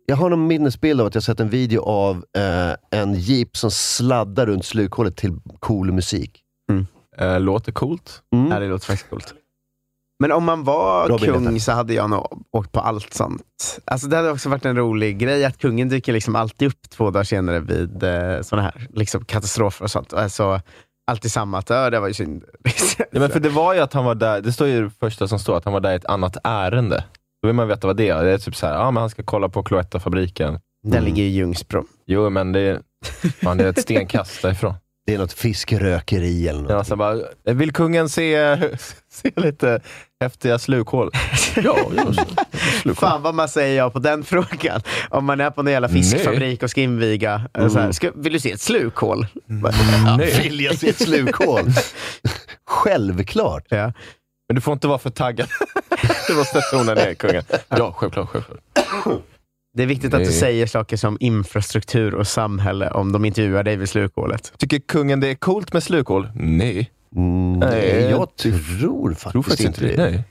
Jag har någon minnesbild av att jag sett en video av en jeep som sladdar runt slukhålet till cool musik. Låter coolt. Ja, det låter faktiskt coolt. Men om man var kung så hade jag nog åkt på allt sånt. Alltså det hade också varit en rolig grej att kungen dyker liksom alltid upp 2 dagar senare vid såna här liksom katastrofer och sånt. Alltså alltid samma att det var ju synd. Ja, men för det var ju att han var där, det står ju det första som står att han var där i ett annat ärende. Då vill man veta vad det är. Det är typ så här, men han ska kolla på Cloetta-fabriken. Den ligger i Ljungsbro. Jo, men det är ett stenkast därifrån. Det är något fiskrökeri eller något. Ja, så bara, vill kungen se lite häftiga slukhål? Ja, slukhål. Fan vad man säger ja på den frågan. Om man är på en jävla fiskfabrik och ska inviga. Så här, vill du se ett slukhål? Vill jag se ett slukhål? Självklart. Ja. Men du får inte vara för taggad. Du måste tona ner kungen. Ja, självklart. Det är viktigt att du säger saker som infrastruktur och samhälle om de intervjuar dig vid slukhålet. Tycker kungen det är coolt med slukhål? Nej. Nej, jag tror faktiskt inte det. Nej.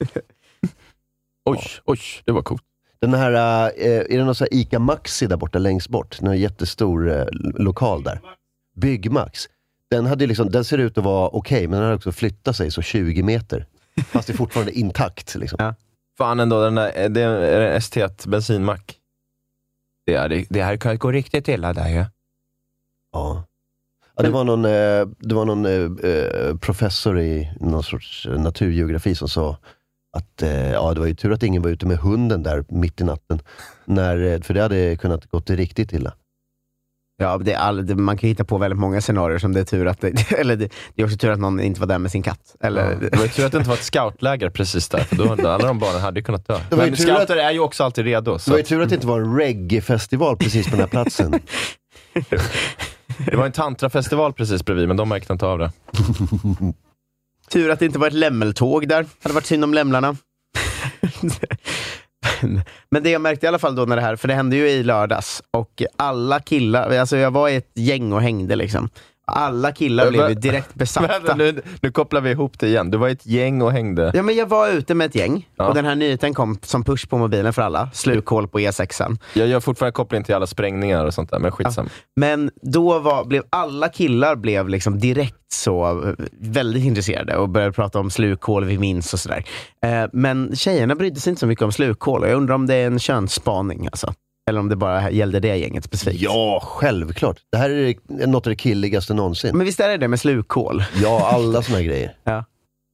Oj, det var coolt. Den här, är det någon sån här Ica Maxi där borta längst bort? Någon jättestor lokal där. Byggmax. Den hade liksom, den ser ut att vara okej, men den har också flyttat sig så 20 meter. Fast det är fortfarande intakt liksom. Ja. Fan ändå, det är en ST1 bensinmack. Det här kan gå riktigt illa där ju. Ja. Ja, det var någon professor i någon sorts naturgeografi som sa att det var ju tur att ingen var ute med hunden där mitt i natten. För det hade kunnat gått riktigt illa. Ja, man kan hitta på väldigt många scenarier som det är tur att det är också tur att någon inte var där med sin katt. Eller, det var tur att det inte var ett scoutläger precis där, för då alla de barnen hade ju kunnat dö. Men scouter är ju också alltid redo. Det var ju tur att det inte var en reggae-festival precis på den här platsen. Det var en tantrafestival precis bredvid, men de märkte inte av det. Tur att det inte var ett lämmeltåg där. Hade varit synd om lämlarna. Men det jag märkte i alla fall då när det här, för det hände ju i lördags och alla killar, alltså jag var i ett gäng och hängde liksom. Alla killar blev ju direkt besatta. Nu kopplar vi ihop det igen. Du var i ett gäng och hängde. Ja, men jag var ute med ett gäng. Ja. Och den här nyheten kom som push på mobilen för alla. Slukhål på E6an. Jag gör fortfarande koppling till alla sprängningar och sånt där, men skitsam. Ja. Men då blev alla killar liksom direkt så väldigt intresserade och började prata om slukhål vi minns och sådär. Men tjejerna brydde sig inte så mycket om slukhål. Och jag undrar om det är en könsspaning alltså. Eller om det bara gällde det gänget specifikt. Ja, självklart. Det här är något av det killigaste någonsin. Men visst är det med slukhål? Ja, alla såna grejer. Ja.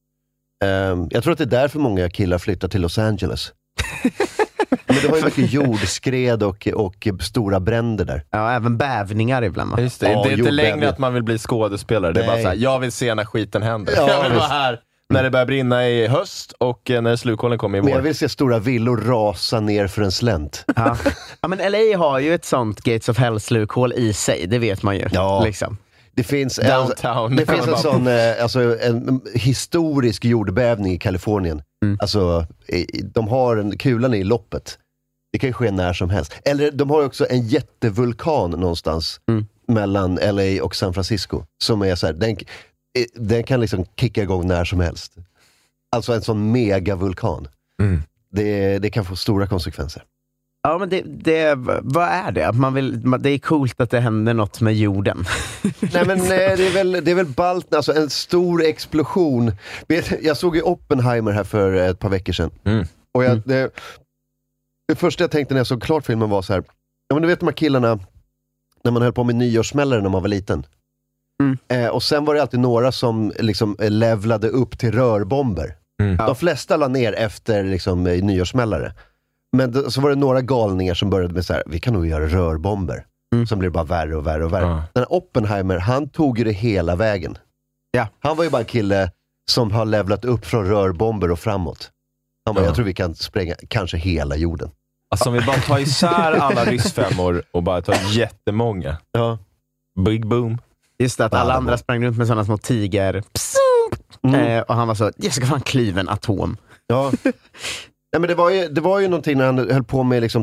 Jag tror att det är därför många killar flyttar till Los Angeles. Men det har ju mycket jordskred och stora bränder där. Ja, även bävningar ibland. Just det. Det är inte längre att man vill bli skådespelare. Det är bara så här, jag vill se när skiten händer. Ja, jag vill vara här när det börjar brinna i höst och när slukhålen kommer i vår. Men jag vill se stora villor rasa ner för en slänt. Ja. Ja, men LA har ju ett sånt Gates of Hell slukhål i sig, det vet man ju. Ja. Liksom. Det finns en sån en historisk jordbävning i Kalifornien. Alltså, de har kulan i loppet. Det kan ju ske när som helst. Eller de har också en jättevulkan någonstans mellan LA och San Francisco. Som är så här, den kan liksom kicka igång när som helst. Alltså en sån megavulkan. Det kan få stora konsekvenser. Ja, men vad är det? Det är coolt att det händer något med jorden. Nej, men det är väl ballt, alltså en stor explosion. Jag såg ju Oppenheimer här för ett par veckor sedan. Och det första jag tänkte när jag såg klart filmen var så här. Ja, men du vet de här killarna när man höll på med nyårssmällare när man var liten. Och sen var det alltid några som liksom levlade upp till rörbomber. De flesta la ner efter liksom nyårssmällare. Men så var det några galningar som började med så här, vi kan nog göra rörbomber. Som blir bara värre och värre och värre. Den här Oppenheimer, han tog ju det hela vägen. Ja. Han var ju bara en kille som har levlat upp från rörbomber och framåt. Han bara, jag tror vi kan spränga kanske hela jorden. Alltså om vi bara tar isär alla ryssfemmor och bara tar jättemånga. Ja. Big boom. Just det, att alla andra sprang runt med sådana små tiger. Och han var så, jag ska fan klyva en atom. Ja. Ja, men det var ju någonting när han höll på med liksom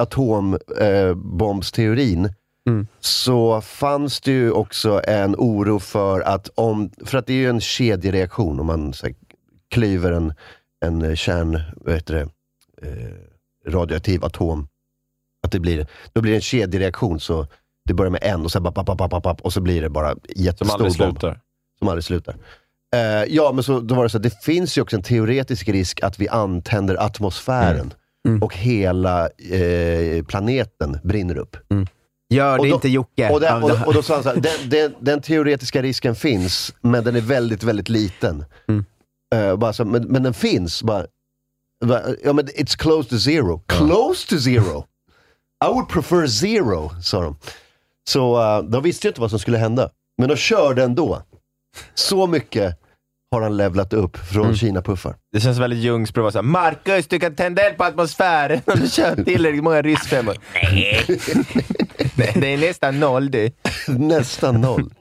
atombombsteorin. Så fanns det ju också en oro för att för att det är ju en kedjereaktion om man så här, klyver en radioaktiv Att då blir det en kedjereaktion, så det börjar med en och sen och så blir det bara jättestor bomb. Som aldrig slutar. Ja, men så, då var det så att det finns ju också en teoretisk risk att vi antänder atmosfären och hela planeten brinner upp. Gör det inte, Jocke. Och då sa han så här, den teoretiska risken finns, men den är väldigt, väldigt liten. Bara så, men den finns. Bara, ja, men it's close to zero. Close to zero. I would prefer zero, sa de. Så de visste ju inte vad som skulle hända. Men de körde ändå. Så mycket har han levlat upp från Kina-puffar. Det känns väldigt Ljungsbro att säga, Marcus, du kan tända eld på atmosfären om du kör tillräckligt många ryssfemmor. Nej, det är nästan 0 det. Nästan 0.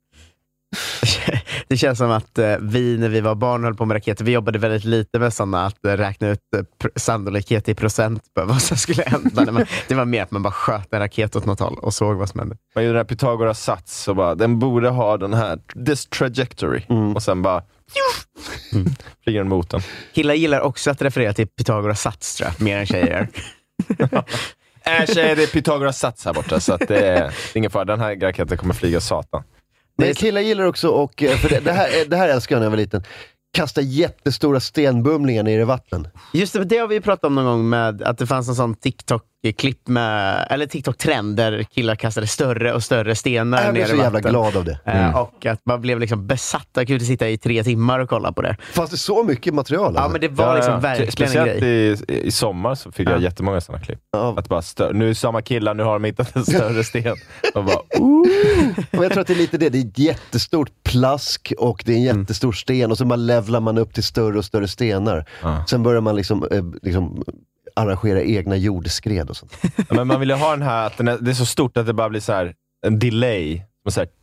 Det känns som att vi, när vi var barn, höll på med raketer. Vi jobbade väldigt lite med sådana, att räkna ut sannolikhet i procent på vad som skulle hända. Det var mer att man bara sköt en raket åt något håll och såg vad som hände. Man gjorde den här Pythagoras sats och bara, den borde ha den här this trajectory. Och sen bara flyger den mot den. Killar gillar också att referera till Pythagoras sats, tror jag, mer än tjejer. Tjejer, det är Pythagoras sats här borta, så att det är ingen fara. Den här raketen kommer flyga satan. Men killar gillar också, och för det här älskar jag när jag var liten, kasta jättestora stenbumlingar ner i vatten. Just det har vi pratat om någon gång, med att det fanns en sån TikTok-klipp eller TikTok-trend där killar kastade större och större stenar ner i vatten. Jag blev så jävla glad av det. Och att man blev liksom besatt att kunde sitta i 3 timmar och kolla på det. Fanns det så mycket material? Ja, men det var liksom verkligen en grej. I sommar så fick jag jättemånga sådana klipp. Att bara nu är samma killar, nu har de hittat en större sten. Och bara, Och jag tror att det är lite det. Det är ett jättestort plask och det är en jättestor sten, och så bara levlar man upp till större och större stenar. Sen börjar man liksom arrangera egna jordskred och sånt. Ja, men man vill ju ha den här, att det är så stort att det bara blir så här en delay. Så här,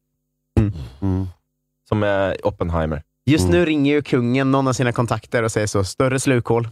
som är Oppenheimer. Just nu ringer ju kungen någon av sina kontakter och säger så, större slukhål.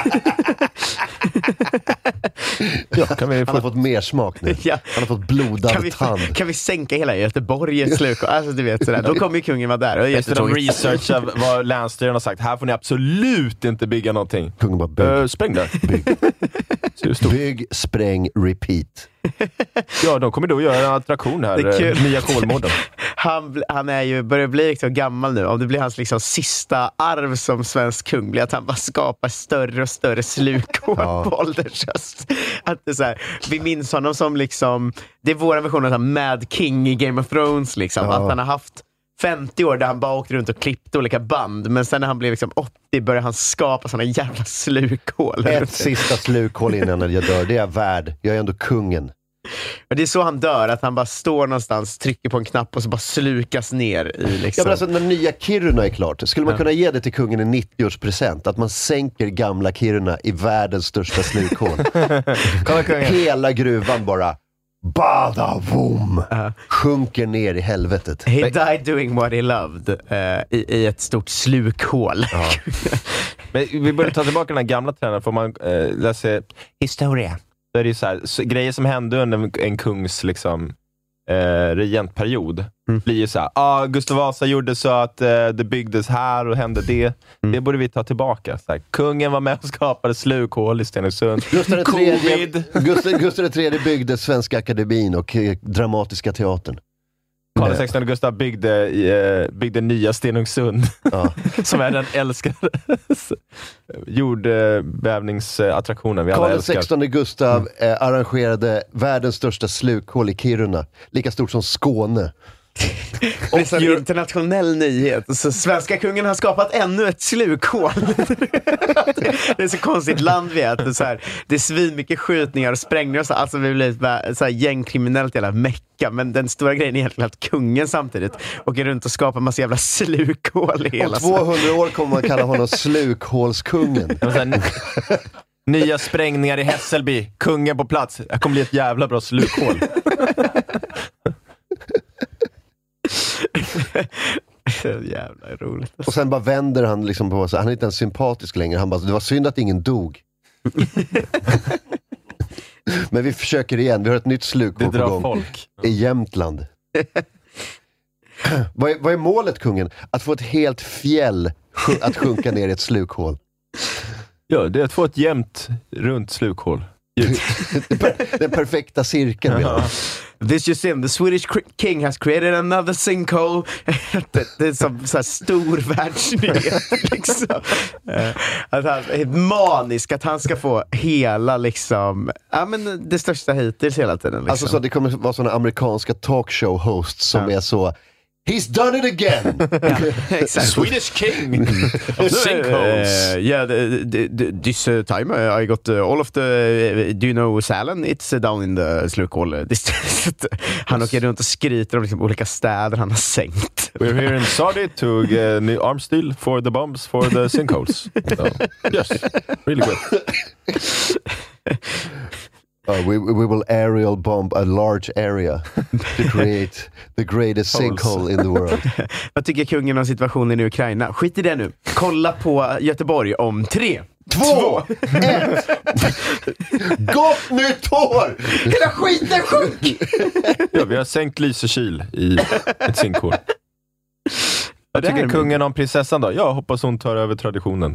Han har fått mer smak nu. Han har fått blodad tand. Kan vi sänka hela Göteborg i ett slukhål? Alltså, du vet, sådär. Då kommer ju kungen vara där. Efter de researchar vad länsstyrelsen har sagt, här får ni absolut inte bygga någonting. Kungen bara, bygg. Spräng där. Bygg, spräng, repeat. Ja, de kommer då göra en attraktion här. Nya Kolmården. Han är ju, börjar bli så gammal nu. Om det blir hans liksom sista arv som svensk kung, blir att han bara skapar större och större slukhål på ålderns höst. Att det är så här, vi minns honom som liksom, det är vår version av Mad King i Game of Thrones liksom. Att han har haft 50 år där han bara åkte runt och klippte olika band, men sen när han blev liksom 80 började han skapa såna jävla slukhål. Ett sista slukhål innan jag dör, det är jag värd. Jag är ändå kungen. Men det är så han dör, att han bara står någonstans, trycker på en knapp och så bara slukas ner i liksom. Ja, men alltså när nya Kiruna är klart, skulle man kunna ge det till kungen i 90-årspresent, att man sänker gamla Kiruna i världens största slukhål. Hela gruvan bara badavum sjunker ner i helvetet. He died doing what he loved, i ett stort slukhål. Men vi börjar ta tillbaka den här gamla trenden. Får man läsa historia, så är det ju så här, grejer som hände under en kungs liksom regentperiod blir ju så här, Gustav Vasa gjorde så att det byggdes här och hände det. Det borde vi ta tillbaka. Så här, kungen var med och skapade slukhål i Stenungsund. Gustav III byggde Svenska Akademin och Dramatiska Teatern. Karl XVI Gustav byggde nya Stenungsund. Som är den älskade jordbävningsattraktionen vi alla älskar. Karl XVI Gustav arrangerade världens största slukhål i Kiruna. Lika stort som Skåne. Och det är en internationell nyhet. Så svenska kungen har skapat ännu ett slukhål. Det är så konstigt land vi är. Det är svin mycket skjutningar och sprängningar och så. Alltså vi blir så här gängkriminellt jävla mecka. Men den stora grejen är egentligen att kungen samtidigt åker runt och skapar massa jävla slukhål i hela. Om 200 år kommer man kalla honom slukhålskungen. Nya sprängningar i Hässelby. Kungen på plats. Det kommer bli ett jävla bra slukhål. Jävla roligt. Och sen bara vänder han liksom på sig. Han är inte ens sympatisk längre. Han bara, det var synd att ingen dog. Men vi försöker igen. Vi har ett nytt slukhål på gång. Folk. I Jämtland. Vad är målet, kungen? Att få ett helt fjäll att sjunka ner i ett slukhål. Ja, det är att få ett jämnt runt slukhål. Den perfekta cirkeln. This just in, the Swedish king has created another sinkhole. Det är som så här stor världsnyhet liksom. Att han är manisk, att han ska få hela liksom, ja men det största hittills hela tiden liksom. Alltså så det kommer vara såna amerikanska talkshow hosts som är så he's done it again. Exactly. Swedish king of sinkholes. This time I got all of the, do you know Sälen? It's down in the slukhål. Han åker runt och skryter om liksom olika städer han har sänkt. We're here in Saudi to New Armsteel for the bombs for the sinkholes. So, yes, really good. We will aerial bomb a large area to create the greatest sinkhole in the world. Vad tycker kungen om situationen i Ukraina? Skit i det nu. Kolla på Göteborg om 3, 2, 1. Gott nytt år! Hela skiten sjunk! Ja, vi har sänkt Lysekil i ett sinkhål. Vad tycker kungen om prinsessan då? Jag hoppas hon tar över traditionen.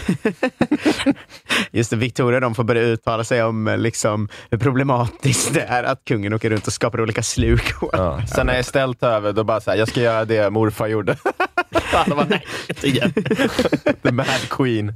Just det, Victoria, de får börja uttala sig om liksom hur problematiskt det är att kungen åker runt och skapar olika slukhål. Ja. Sen när jag ställt över, då bara så här, jag ska göra det morfar gjorde. Alla var nej, igen. The Mad Queen.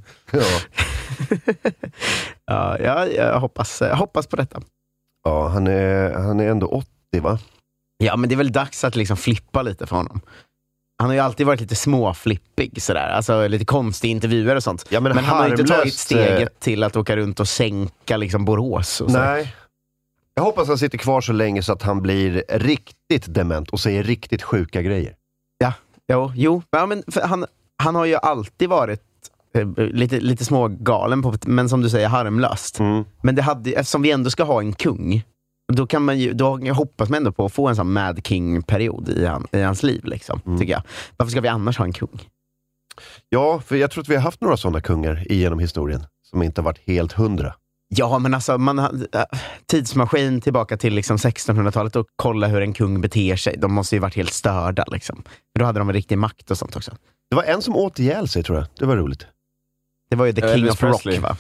Jag hoppas på detta. Ja, han är ändå 80, va? Ja, men det är väl dags att liksom flippa lite för honom. Han har ju alltid varit lite småflippig sådär. Alltså lite konstiga intervjuer och sånt. Ja, men han har inte tagit steget till att åka runt och sänka liksom Borås och så. Nej. Jag hoppas han sitter kvar så länge så att han blir riktigt dement och säger riktigt sjuka grejer. Ja, jo. Ja, men han har ju alltid varit lite smågalen på, men som du säger, harmlöst. Men det hade, eftersom vi ändå ska ha en kung, då kan man ju, då hoppas man ändå på att få en sån Mad King-period i hans liv liksom, tycker jag. Varför ska vi annars ha en kung? Ja, för jag tror att vi har haft några sådana kungar genom historien som inte har varit helt 100. Ja, men alltså tidsmaskin tillbaka till liksom 1600-talet och kolla hur en kung beter sig. De måste ju varit helt störda liksom. För då hade de en riktig makt och sånt också. Det var en som åt ihjäl sig, tror jag. Det var roligt. Det var ju The King Elvis of Presley. Rock, va?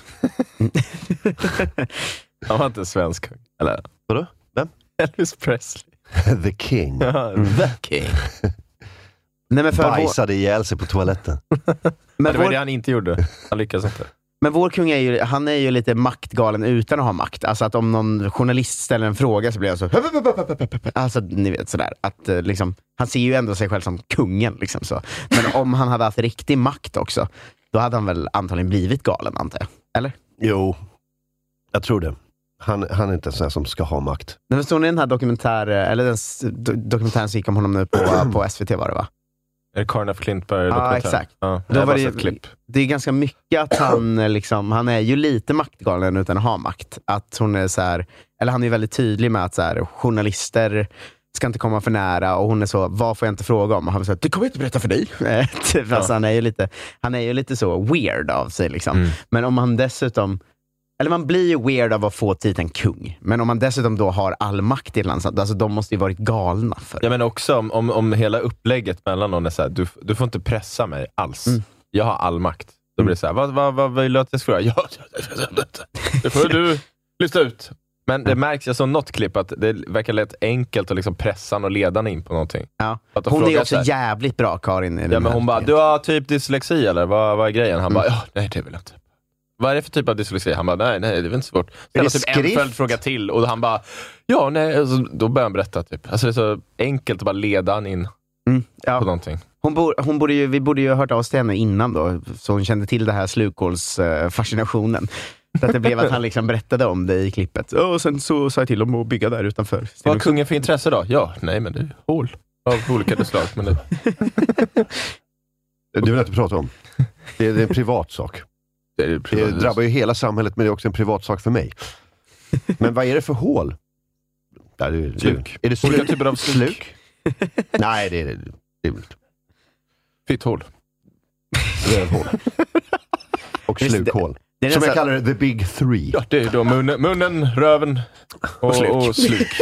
Han var inte svensk kung. Eller? Vadå? Vem? Elvis Presley. The King. The King. Nej, men bajsade ihjäl sig på toaletten. Men det var det han inte gjorde. Han lyckas inte. Men vår kung är ju lite maktgalen utan att ha makt. Alltså att om någon journalist ställer en fråga så blir jag så... Alltså ni vet sådär. Att liksom, han ser ju ändå sig själv som kungen liksom så. Men om han hade haft riktig makt också, då hade han väl antagligen blivit galen, antar jag. Eller? Jo, jag tror det. Han är inte en sån här som ska ha makt. Men förstår ni den här dokumentären som gick om honom nu på SVT, var det, va? Är det Carl F. Klintberg dokumentär? Ja, exakt. Ja, då var ett klipp. Det är ganska mycket att han är ju lite maktgalen utan att ha makt. Att hon är så här, eller han är väldigt tydlig med att så här, journalister ska inte komma för nära, och hon är så, vad får jag inte fråga om? Och han säger, du kommer inte berätta för dig. Fast han är ju lite så weird av sig liksom. Men om han dessutom, eller man blir ju weird av att få titeln kung. Men om man dessutom då har all makt i landet, alltså de måste ju varit galna för. Ja, men också om hela upplägget mellan någon är så här, du får inte pressa mig alls. Jag har all makt. Då blir det så här, vad vill du att jag ska fråga? Ja, det får du lista ut. Men det märks, jag såg något klipp att det verkar lätt enkelt att liksom pressa och leda in på någonting. Ja. Hon är också jävligt bra, Karin. Ja, men hon bara, du har typ dyslexi eller? Vad är grejen? Han bara, ja, nej det vill jag inte. Vad är det för typ av dyslexi? Han bara, nej, det är väl inte svårt. Sen har typ en följdfråga till och han bara, ja, nej, alltså, då börjar han berätta typ. Alltså det är så enkelt att bara leda han in på någonting. Vi borde ju ha hört av oss till henne innan då, så hon kände till det här slukhålsfascinationen. Så att det blev att han liksom berättade om det i klippet. Och sen så sa jag till dem att bygga där utanför. Vad har kungen för intresse då? Ja, nej, men det är hål av olika slag. Men det vill jag inte prata om. Det är en privat sak. Det drabbar ju hela samhället, men det är också en privat sak för mig. Men vad är det för hål? Sluk. Är det olika typer av sluk? Nej, det är inte. Fitthål. Rövhål. Och slukhål. Som jag kallar det, the big three. Ja, det är då munnen, röven och sluk.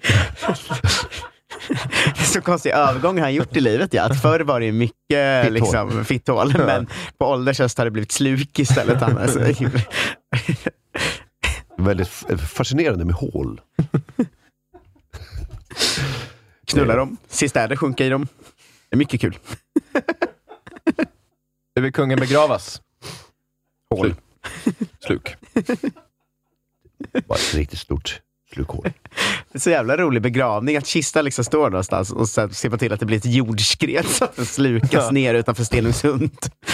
Det är så konstig övergång han gjort i livet, ja. Att förr var det mycket liksom, fitthål, men på åldershöst har det blivit sluk istället. Väldigt fascinerande med hål. Knulla dem, se städer sjunka i dem. Det är mycket kul. Hur vill kungen begravas? Hål. Sluk. Bara ett riktigt stort slukhål. Det är så jävla rolig begravning att kistan liksom står någonstans och sen ser man till att det blir ett jordskred så att den slukas ner utanför Stenungsund.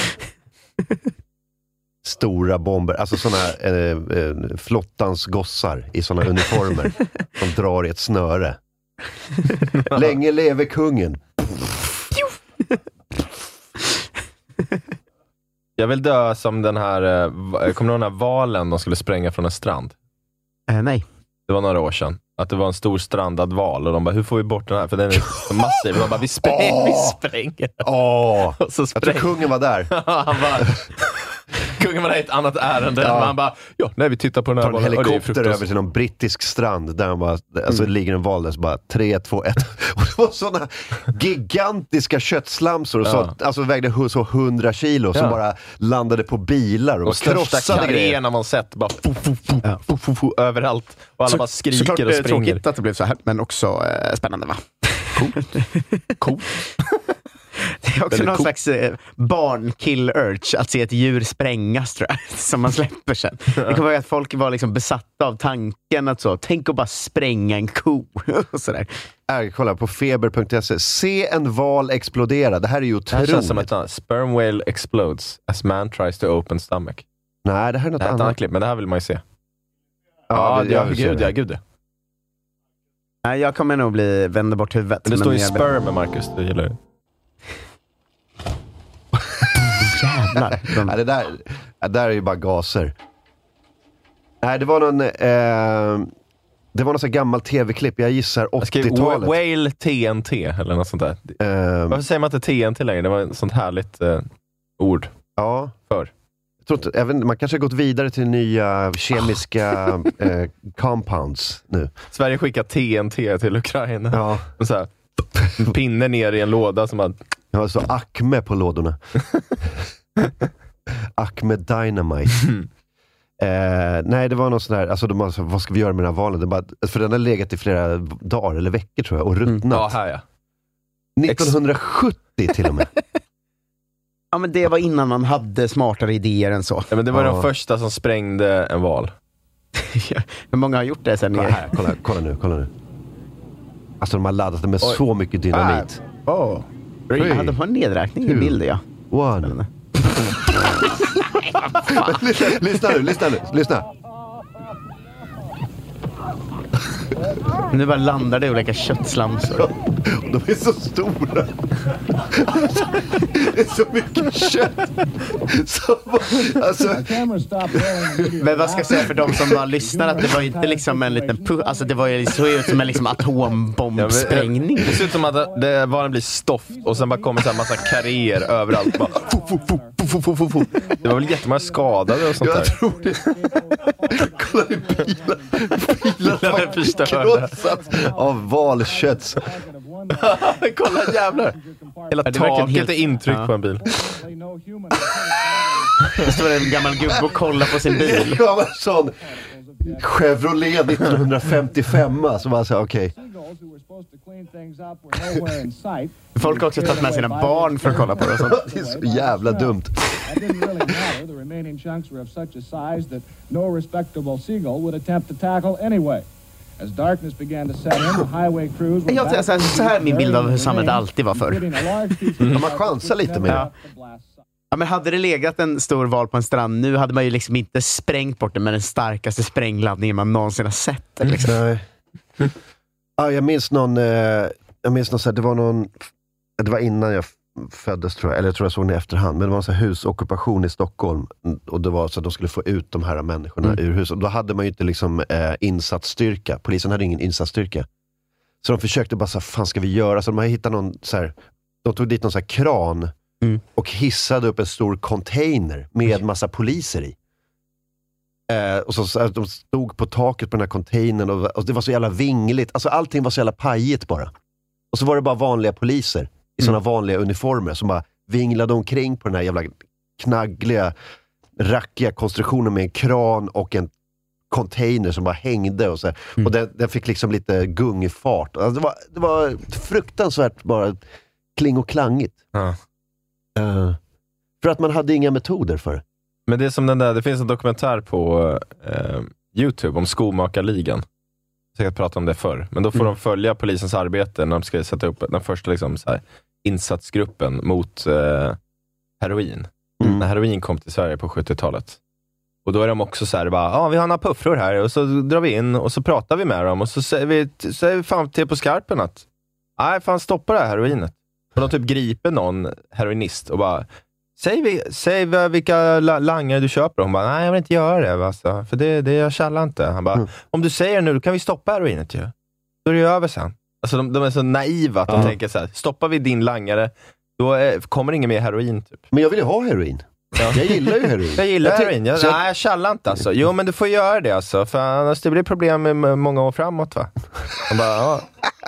Stora bomber, alltså sådana flottans gossar i sådana uniformer som drar i ett snöre. Länge lever kungen. Jag vill dö som den här, kommer du ihåg den här valen de skulle spränga från en strand? Nej. Det var några år sedan. Att det var en stor strandad val och de bara, hur får vi bort den här? För den är så massiv. Och de bara, vi spränger. Och så jag tror kungen var där. Han bara... Kungen var där i ett annat ärende. Ja. Han bara, vi tittar på den här. Tar en helikopter över till någon brittisk strand där han bara, alltså ligger en val där så bara 3, 2, 1. Och det var sådana gigantiska köttslamsor och så, alltså vägde så 100 kilo som bara landade på bilar och krossade grejer. När man sett bara överallt och alla bara skriker såklart och springer. Såklart tråkigt att det blev så här, men också spännande, va? Cool. Det är också någon slags barn-kill-urge att se ett djur sprängas, tror jag, som man släpper sen. Det kan vara att folk var liksom besatta av tanken att så, tänk att bara spränga en ko och sådär. Kolla på feber.se. Se en val explodera. Det här är ju otroligt. Det här känns som ett sperm whale explodes as man tries to open stomach. Nej, det här är något annat klipp, men det här vill man ju se. Gud. Nej, jag kommer nog vända bort huvudet. Men det står ju sperm, Marcus, du gillar det. Jävlar. Nej, det där är ju bara gaser. Nej, det var någon så gammal tv-klipp. Jag gissar 80-talet. Whale TNT eller något sånt där. Varför säger man inte TNT längre? Det var ett sånt härligt ord. Ja. För. Jag tror inte, man kanske har gått vidare till nya kemiska compounds nu. Sverige skickar TNT till Ukraina. Ja. Och så här, pinne ner i en låda som man... Jag har så Acme på lådorna. Acme Dynamite. Nej, det var något sån där, alltså vad ska vi göra med den här valen? Det bara, för den har legat i flera dagar eller veckor, tror jag, och ruttnat. Ja, här ja. 1970 till och med. Ja, men det var innan man hade smartare idéer än så. Ja, men det var de första som sprängde en val. Men många har gjort det sen. Kolla nu. Alltså de har laddat det med så mycket dynamit. Ja, de har en nedräkning i bilder, ja. One. Lyssna. Nu bara landar det i olika köttslamsor. De är så stora. Det är så mycket kött. Men vad ska jag säga för de som har lyssnat, att det var inte liksom en liten alltså det var ju så ut som en liksom atombombsprängning. Det ser ut som att det bara blir stoff och sen bara kommer så här massa karriär överallt. Bara, Det var väl jättemånga skadade och sånt där. Jag tror det. Kolla i bilar var krossat av valkött. Kolla, jävlar. Hela taket är intryckt på en bil. Det står en gammal gubbe och kollar på sin bil. Ja, men sån Chevrolet 1955 som man säger, okej. Folk har också tagit med sina barn för att kolla på det. Så. Det är så jävla dumt. Så här är min bild av hur samhället alltid var förr. Man chansar lite med det. Ja, men hade det legat en stor val på en strand nu hade man ju liksom inte sprängt bort det med den starkaste sprängladdningen man någonsin har sett. Liksom. Nej. Ja, jag minns någon så här, det var innan jag föddes, tror jag, eller jag tror jag såg den i efterhand, men det var en sån här husockupation i Stockholm och det var så att de skulle få ut de här människorna ur huset. Och då hade man ju inte liksom insatsstyrka. Polisen hade ingen insatsstyrka. Så de försökte bara så här, fan ska vi göra? Så de hittade någon så här, de tog dit någon så här kran och hissade upp en stor container med massa poliser i. Och så de stod på taket på den här containern och det var så jävla vingligt. Alltså allting var så jävla pajigt bara. Och så var det bara vanliga poliser i sådana vanliga uniformer som bara vinglade omkring på den här jävla knaggliga, rackiga konstruktionen med en kran och en container som bara hängde och så. Och den fick liksom lite gungifart. Alltså det var fruktansvärt bara kling och klangigt. För att man hade inga metoder för. Men det är som det finns en dokumentär på YouTube om skomakarligan. Jag har pratat om det förr. Men då får de följa polisens arbete när de ska sätta upp den första liksom, så här, insatsgruppen mot heroin. När heroin kom till Sverige på 70-talet. Och då är de också så här, bara, vi har några puffror här och så drar vi in och så pratar vi med dem och så säger vi fan till på skarpen att nej, fan stoppa det här heroinet. Och de typ griper någon heroinist och bara säg vilka langare du köper. Hon bara, nej jag vill inte göra det alltså, för det jag källar inte. Han bara, om du säger det nu, då kan vi stoppa heroinet ju. Då är det över sen. Alltså de är så naiva att de tänker så här, stoppar vi din langare, då kommer ingen mer heroin typ. Men jag vill ju ha heroin. Ja. Jag gillar ju heroin. Jag gillar heroin. Jag källar inte alltså. Jo, men du får göra det alltså. För annars det blir problem med många år framåt, va? Man bara,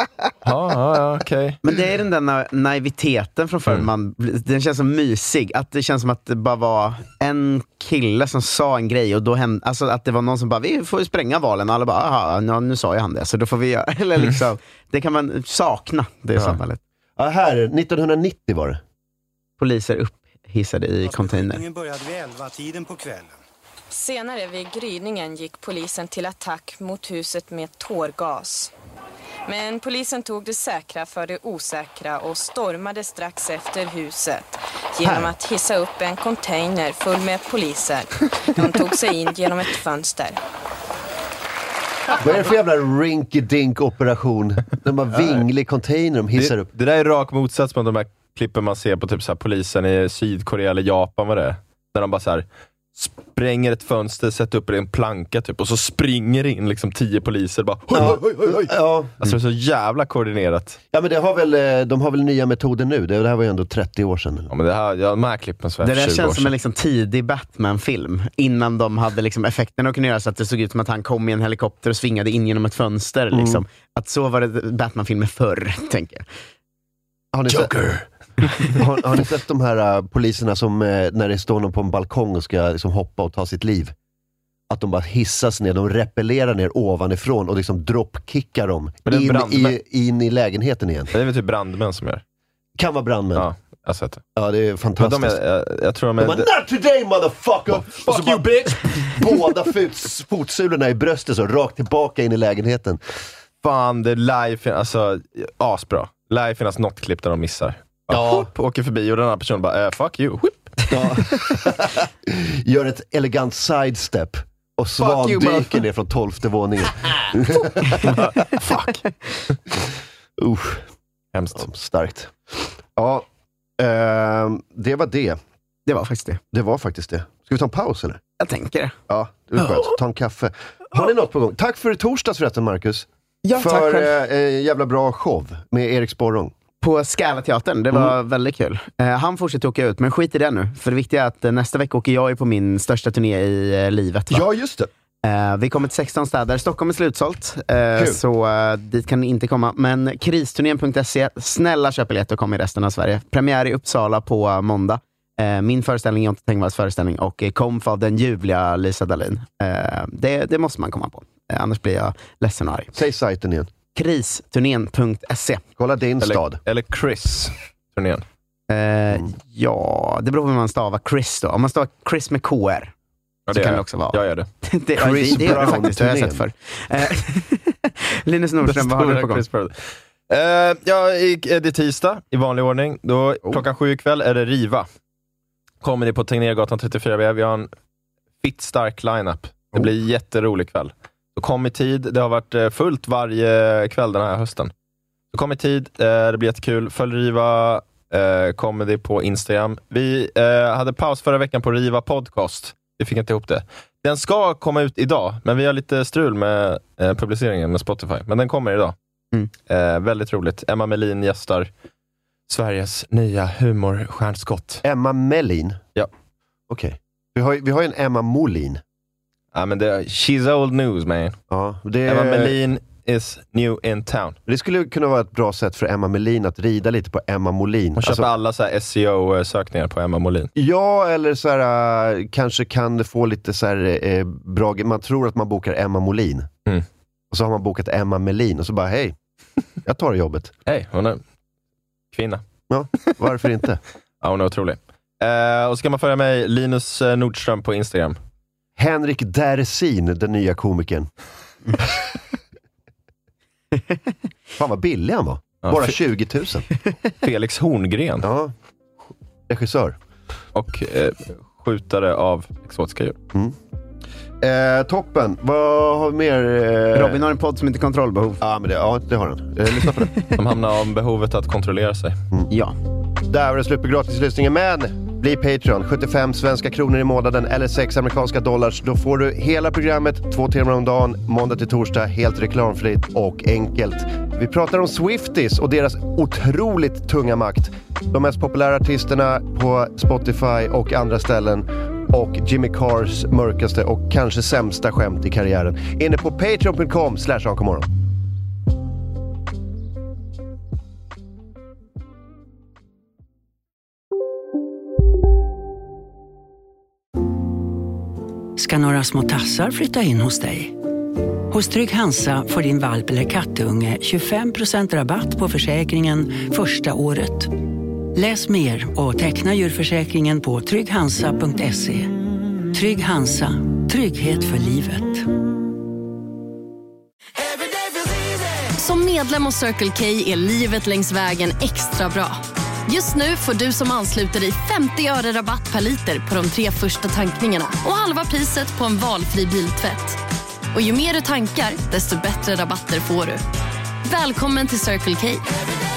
ja, okej. Men det är den där naiviteten från förr. Den känns så mysig. Att det känns som att det bara var en kille som sa en grej. Och då hände, alltså att det var någon som bara, vi får ju spränga valen. Och alla bara, aha, nu sa ju han det. Så då får vi göra. Eller liksom, det kan man sakna, det samhället. Ja, här, 1990 var det. Poliser upphissade i container. Började vid 11-tiden på kvällen. Senare vid gryningen gick polisen till attack mot huset med tårgas. Men polisen tog det säkra för det osäkra och stormade strax efter huset genom att hissa upp en container full med poliser. De tog sig in genom ett fönster. Vad är det för jävla rinky-dink-operation? Den bara vinglig container de hissar upp. Det där är rak motsats på de här klippen man ser på typ så här polisen i Sydkorea eller Japan, vad det är. När de bara så här spränger ett fönster, sätter upp en planka typ, och så springer in liksom 10 poliser bara hoj. Ja. Alltså det är så jävla koordinerat. Ja, men de har väl nya metoder nu. Det här var ju ändå 30 år sedan. Ja, men de här klippen så det där känns som en liksom tidig Batman-film. Innan de hade liksom effekterna att kunna göra så att det såg ut som att han kom i en helikopter och svingade in genom ett fönster liksom. Att så var det Batman-filmer förr, tänker jag. Joker! Har ni sett de här poliserna som när det står någon på en balkong och ska liksom hoppa och ta sitt liv? Att de bara hissas ner, de repellerar ner ovanifrån och liksom dropkickar dem in i lägenheten igen. Det är väl typ brandmän som gör. Kan vara brandmän. Ja, jag har sett det. Ja, det är fantastiskt. Jag tror de är... Not today, motherfucker! Och så you bitch! Båda fotsulorna i bröstet så rakt tillbaka in i lägenheten. Fan, det är live, alltså asbra. Live finnas något klipp där de missar. Ja. Åker förbi och den här personen bara, fuck you. Ja. Gör ett elegant sidestep och svandyker ner från 12:e våningen. Fuck. Hemskt. Ja, starkt. Ja, det var det. Det var faktiskt det. Det var faktiskt det. Ska vi ta en paus eller? Jag tänker det. Ja, det är skönt. Ta en kaffe. Har ni något på gång? Tack för torsdags förresten, Marcus. Ja, för jävla show med Erik Sporrong. På Scalateatern, det var väldigt kul. Han fortsätter åka ut, men skit i det nu. För det viktiga är att nästa vecka åker jag på min största turné i livet. Va? Ja, just det. Vi kommer till 16 städer. Stockholm är slutsålt, så dit kan ni inte komma. Men kristurnén.se, snälla köp biljett och kom i resten av Sverige. Premiär i Uppsala på måndag. Min föreställning, Jonte Tengvalls föreställning, och Komf av den ljuvliga Lisa Dahlin. Det måste man komma på. Annars blir jag ledsen och arg. Säg sajten igen. Kristurnén.se. Kolla din stad. Eller Chris-turnén. Ja, det beror på hur man stavar Chris då. Om man stavar Chris med KR, ja, så kan det också vara. Jag gör det. Det gör det faktiskt, det har jag sett för. Linus Nordström, vad har du på gång? Det är tisdag i vanlig ordning. Då, klockan 7 ikväll är det Riva. Kommer det på Tegnérgatan 34B. Vi har en fitt stark lineup. Det blir jätterolig kväll. Så kom i tid. Det har varit fullt varje kväll den här hösten. Så kom i tid. Det blir jättekul. Följ Riva comedy på Instagram. Vi hade paus förra veckan på Riva podcast. Vi fick inte ihop det. Den ska komma ut idag. Men vi har lite strul med publiceringen med Spotify. Men den kommer idag. Väldigt roligt. Emma Melin gästar Sveriges nya humorstjärnskott. Emma Melin? Ja. Okej. Vi har ju en Emma Molin. Ja, men she's old news, man. Ja, Emma Melin, is new in town. Det skulle kunna vara ett bra sätt för Emma Melin att rida lite på Emma Molin. Hon köper alla så här SEO-sökningar på Emma Molin. Ja, eller så här, kanske kan det få lite så här bra. Man tror att man bokar Emma Molin. Och så har man bokat Emma Melin och så bara, hej, jag tar jobbet. Hej, hon är kvinna. Ja, varför inte? Ja, hon är otrolig. Och så kan man följa mig, Linus Nordström på Instagram. Henrik Dersin, den nya komikern. Fan vad billig han var. Bara 20 000. Felix Horngren. Ja, regissör. Och skjutare av exotiska djur. Toppen. Vad har vi mer? Robin har en podd som heter Kontrollbehov. Ja, men det har han. Lyssna på det. De hamnar om behovet att kontrollera sig. Ja. Där var det slut på gratislyssningen, men bli Patreon, 75 svenska kronor i månaden eller 6 amerikanska dollars. Då får du hela programmet 2 timmar om dagen, måndag till torsdag, helt reklamfritt och enkelt. Vi pratar om Swifties och deras otroligt tunga makt. De mest populära artisterna på Spotify och andra ställen. Och Jimmy Carrs mörkaste och kanske sämsta skämt i karriären. Inne på patreon.com/ankomorgon. Ska några små tassar flytta in hos dig? Hos Trygg Hansa får din valp eller kattunge 25% rabatt på försäkringen första året. Läs mer och teckna djurförsäkringen på trygghansa.se. Trygg Hansa, trygghet för livet. Som medlem hos Circle K är livet längs vägen extra bra. Just nu får du som ansluter dig 50 öre rabatt per liter på de 3 första tankningarna och halva priset på en valfri biltvätt. Och ju mer du tankar, desto bättre rabatter får du. Välkommen till Circle K.